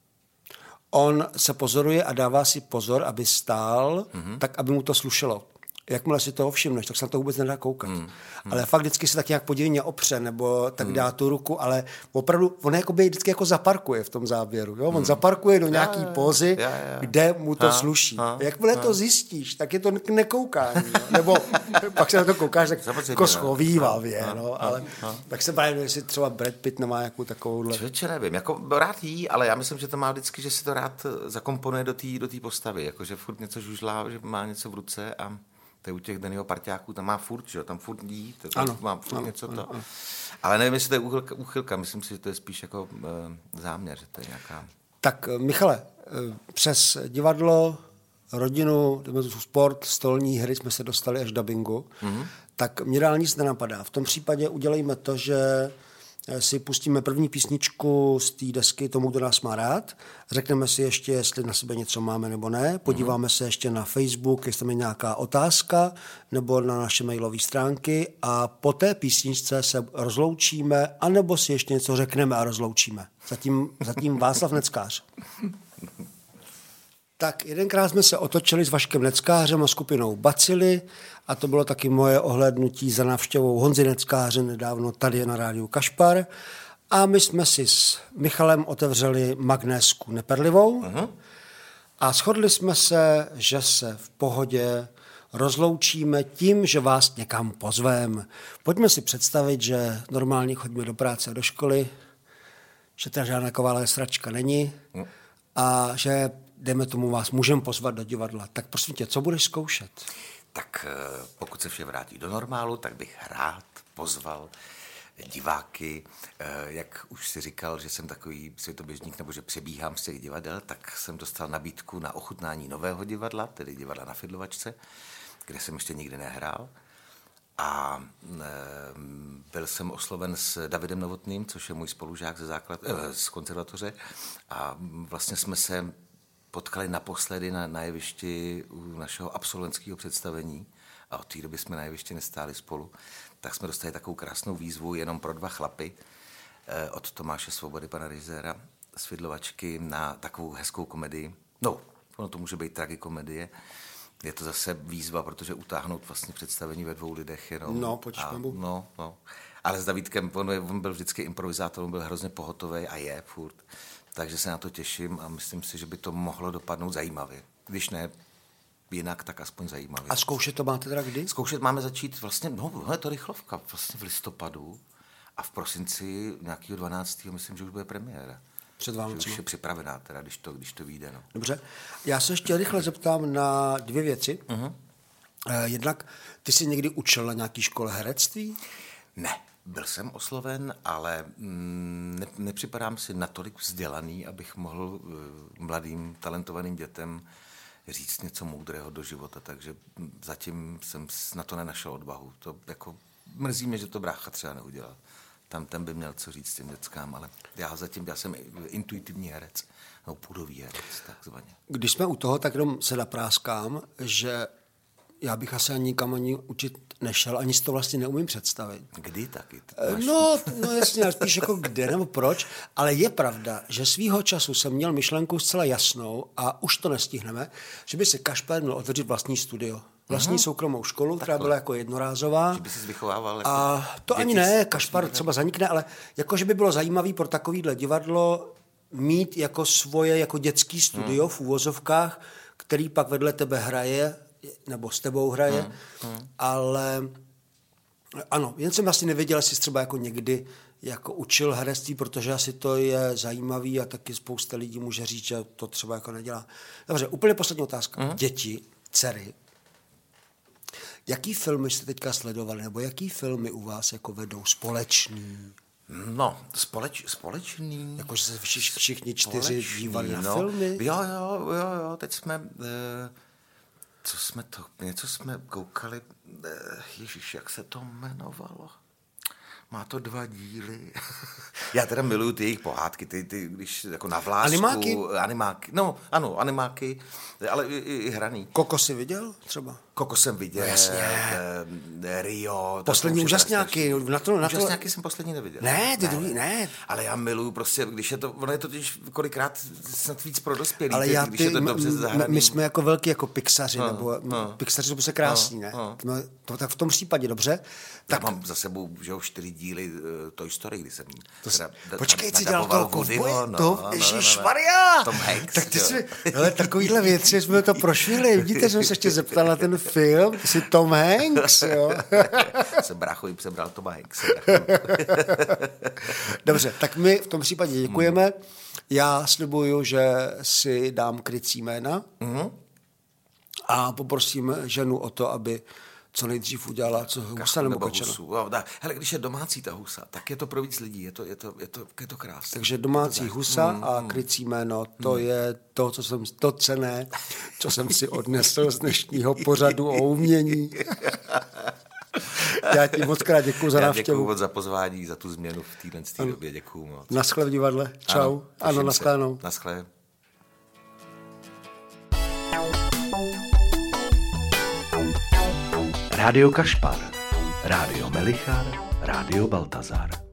On se pozoruje a dává si pozor, aby stál, mm-hmm. tak, aby mu to slušelo. Jakmile si toho všimneš, tak se na to vůbec nedá koukat. Mm. Ale fakt vždycky se tak nějak podivně opře, nebo tak mm. dá tu ruku, ale opravdu, on jakoby vždycky jako zaparkuje v tom záběru. Jo? On mm. zaparkuje do nějaký ja, pózy, ja, ja. kde mu to ha, sluší. Ha, Jakmile ha. to zjistíš, tak je to k nekoukání. Jo? Nebo pak se na to koukáš tak jako schovívavě. Ha, no? Ale ha, ha. tak se právě, jestli třeba Brad Pitt nemá jakou takovouhle. Člověče, nevím, jako rád jí, ale já myslím, že to má vždycky, že si to rád zakomponuje do té do té postavy, jakože furt něco žužlá, že má něco v ruce a to je u těch Dannyho parťáků, tam má furt, že? Tam furt jí, to, tam má furt ano, něco ano, to. Ano. Ale nevím, jestli to je úchylka, úchylka, myslím si, že to je spíš jako e, záměr, že to je nějaká... Tak Michale, přes divadlo, rodinu, sport, stolní hry jsme se dostali až do dabingu, mm-hmm. tak mě dál nic nenapadá. V tom případě udělejme to, že si pustíme první písničku z té desky Tomu, kdo nás má rád. Řekneme si ještě, jestli na sebe něco máme nebo ne. Podíváme mm-hmm. se ještě na Facebook, jestli tam je nějaká otázka, nebo na naše mailové stránky a po té písničce se rozloučíme, anebo si ještě něco řekneme a rozloučíme. Zatím, zatím Václav Neckář. Tak jedenkrát jsme se otočili s Vaškem Neckářem a skupinou Bacily a to bylo taky moje ohlédnutí za návštěvou Honzy Neckáře nedávno tady na rádiu Kašpar a my jsme si s Michalem otevřeli magnésku neperlivou uh-huh. a shodli jsme se, že se v pohodě rozloučíme tím, že vás někam pozveme. Pojďme si představit, že normálně chodíme do práce a do školy, že teda žádná taková sračka není uh-huh. a že dejme tomu vás můžeme pozvat do divadla. Tak prosím tě, co budeš zkoušet? tak pokud se vše vrátí do normálu, tak bych rád pozval diváky, jak už si říkal, že jsem takový světoběžník nebo že přebíhám z těch divadel, tak jsem dostal nabídku na ochutnání nového divadla, tedy divadla Na Fidlovačce, kde jsem ještě nikdy nehrál. A byl jsem osloven s Davidem Novotným, což je můj spolužák ze základ, eh, z konzervatoře, a vlastně jsme se potkali naposledy na, na jevišti u našeho absolventského představení a od té doby jsme na jevišti nestáli spolu, tak jsme dostali takovou krásnou výzvu jenom pro dva chlapy eh, od Tomáše Svobody, pana režiséra z Fidlovačky, na takovou hezkou komedii. No, ono to může být tragikomedie. Je to zase výzva, protože utáhnout vlastně představení ve dvou lidech jenom. No, počkej. No, no. Ale s Davídkem, on, on byl vždycky improvizátor, on byl hrozně pohotový a je furt. Takže se na to těším a myslím si, že by to mohlo dopadnout zajímavě. Když ne jinak, tak aspoň zajímavě. A zkoušet to máte teda kdy? Zkoušet máme začít vlastně, no, je to rychlovka, vlastně v listopadu a v prosinci nějakého dvanáctého myslím, že už bude premiéra. Před vámi už je připravená, teda, když to, když to vyjde. No. Dobře. Já se ještě rychle zeptám na dvě věci. Uh-huh. Jednak, ty jsi někdy učil na nějaké škole herectví? Ne, byl jsem osloven, ale ne, nepřipadám si natolik vzdělaný, abych mohl mladým, talentovaným dětem říct něco moudrého do života, takže zatím jsem na to nenašel odvahu. To jako mrzí mě, že to brácha třeba neudělal. Tam ten by měl co říct těm dětskám, ale já zatím, já jsem intuitivní herec, no půdový herec, takzvaně. Když jsme u toho, tak jenom se napráskám, že já bych asi ani nikam ani učit nešel, ani si to vlastně neumím představit. Kdy taky? No, no jasně, spíš jako kde nebo proč, ale je pravda, že svýho času jsem měl myšlenku zcela jasnou a už to nestihneme, že by si Kašpar měl otevřít vlastní studio. Vlastní uh-huh. soukromou školu, která byla jako jednorázová. Že by si vychovával jako a to ani ne, Kašpar třeba zanikne, ale jako, že by bylo zajímavý pro takovýhle divadlo mít jako svoje jako dětský studio hmm. v úvozovkách, který pak vedle tebe hraje, nebo s tebou hraje, hmm. Hmm. ale ano, jen jsem asi nevěděl, jestli jsi třeba jako někdy jako učil herectví, protože asi to je zajímavý a taky spousta lidí může říct, že to třeba jako nedělá. Dobře, úplně poslední otázka. Hmm. Děti, dcery, jaký filmy jste teďka sledovali, nebo jaký filmy u vás jako vedou společný? No, společ, společný. Jakože se všichni, všichni čtyři společný, dívali na no. filmy? Jo, jo, jo, jo, teď jsme, eh, co jsme to, něco jsme koukali, eh, ježiš, jak se to jmenovalo? Má to dva díly. Já teda miluju ty jejich pohádky, ty, ty když jako na vlásku. Animáky? Animáky, no ano, animáky, ale i, i, i hraný. Koko jsi viděl třeba? Koko jsem viděl, no, jasně. E, Rio. Poslední úžasňáky. Na to, na to... Úžasňáky jsem poslední neviděl. Ne, ty ne, druhý, ne. Ale já miluju prostě, když je to, ono je to totiž kolikrát snad víc pro dospělý, ale já když ty, je to dobře zahraný. My jsme jako velký jako Pixaři, no, nebo no, Pixaři jsou se krásní, no, ne? No. To, to, tak v tom případě dobře. Tak mám za sebou, že jo, čtyři díly uh, Toy Story, kdy jsem to teda, počkej, jsi dělal toho kovboje? No, to, ježišmarja! No, no, no. Tom Hanks, tak ty jsi, hele, takovýhle věci jsme to prošvili. Vidíte, že jsem se ještě zeptal na ten film, ty jsi Tom Hanks, jo? Jsem bráchovi přebral Toma Hanks. Dobře, tak my v tom případě děkujeme. Hmm. Já slibuju, že si dám krycí jména hmm. a poprosím ženu o to, aby co nejdřív udělala, co husa nebo kočena. Hele, když je domácí ta husa, tak je to pro víc lidí, je to, je to, je to, je to krásné. Takže domácí husa mm, a krycí jméno, to mm. je to, co jsem, to cenné, co jsem si odnesl z dnešního pořadu o umění. Já ti moc krát děkuju za návštěvu. Děkuju moc za pozvání, za tu změnu v téhle době, děkuju moc. Naschle v divadle, čau. Ano, ano naschledanou. Naschle. Rádio Kašpar, Rádio Melichar, Rádio Baltazar.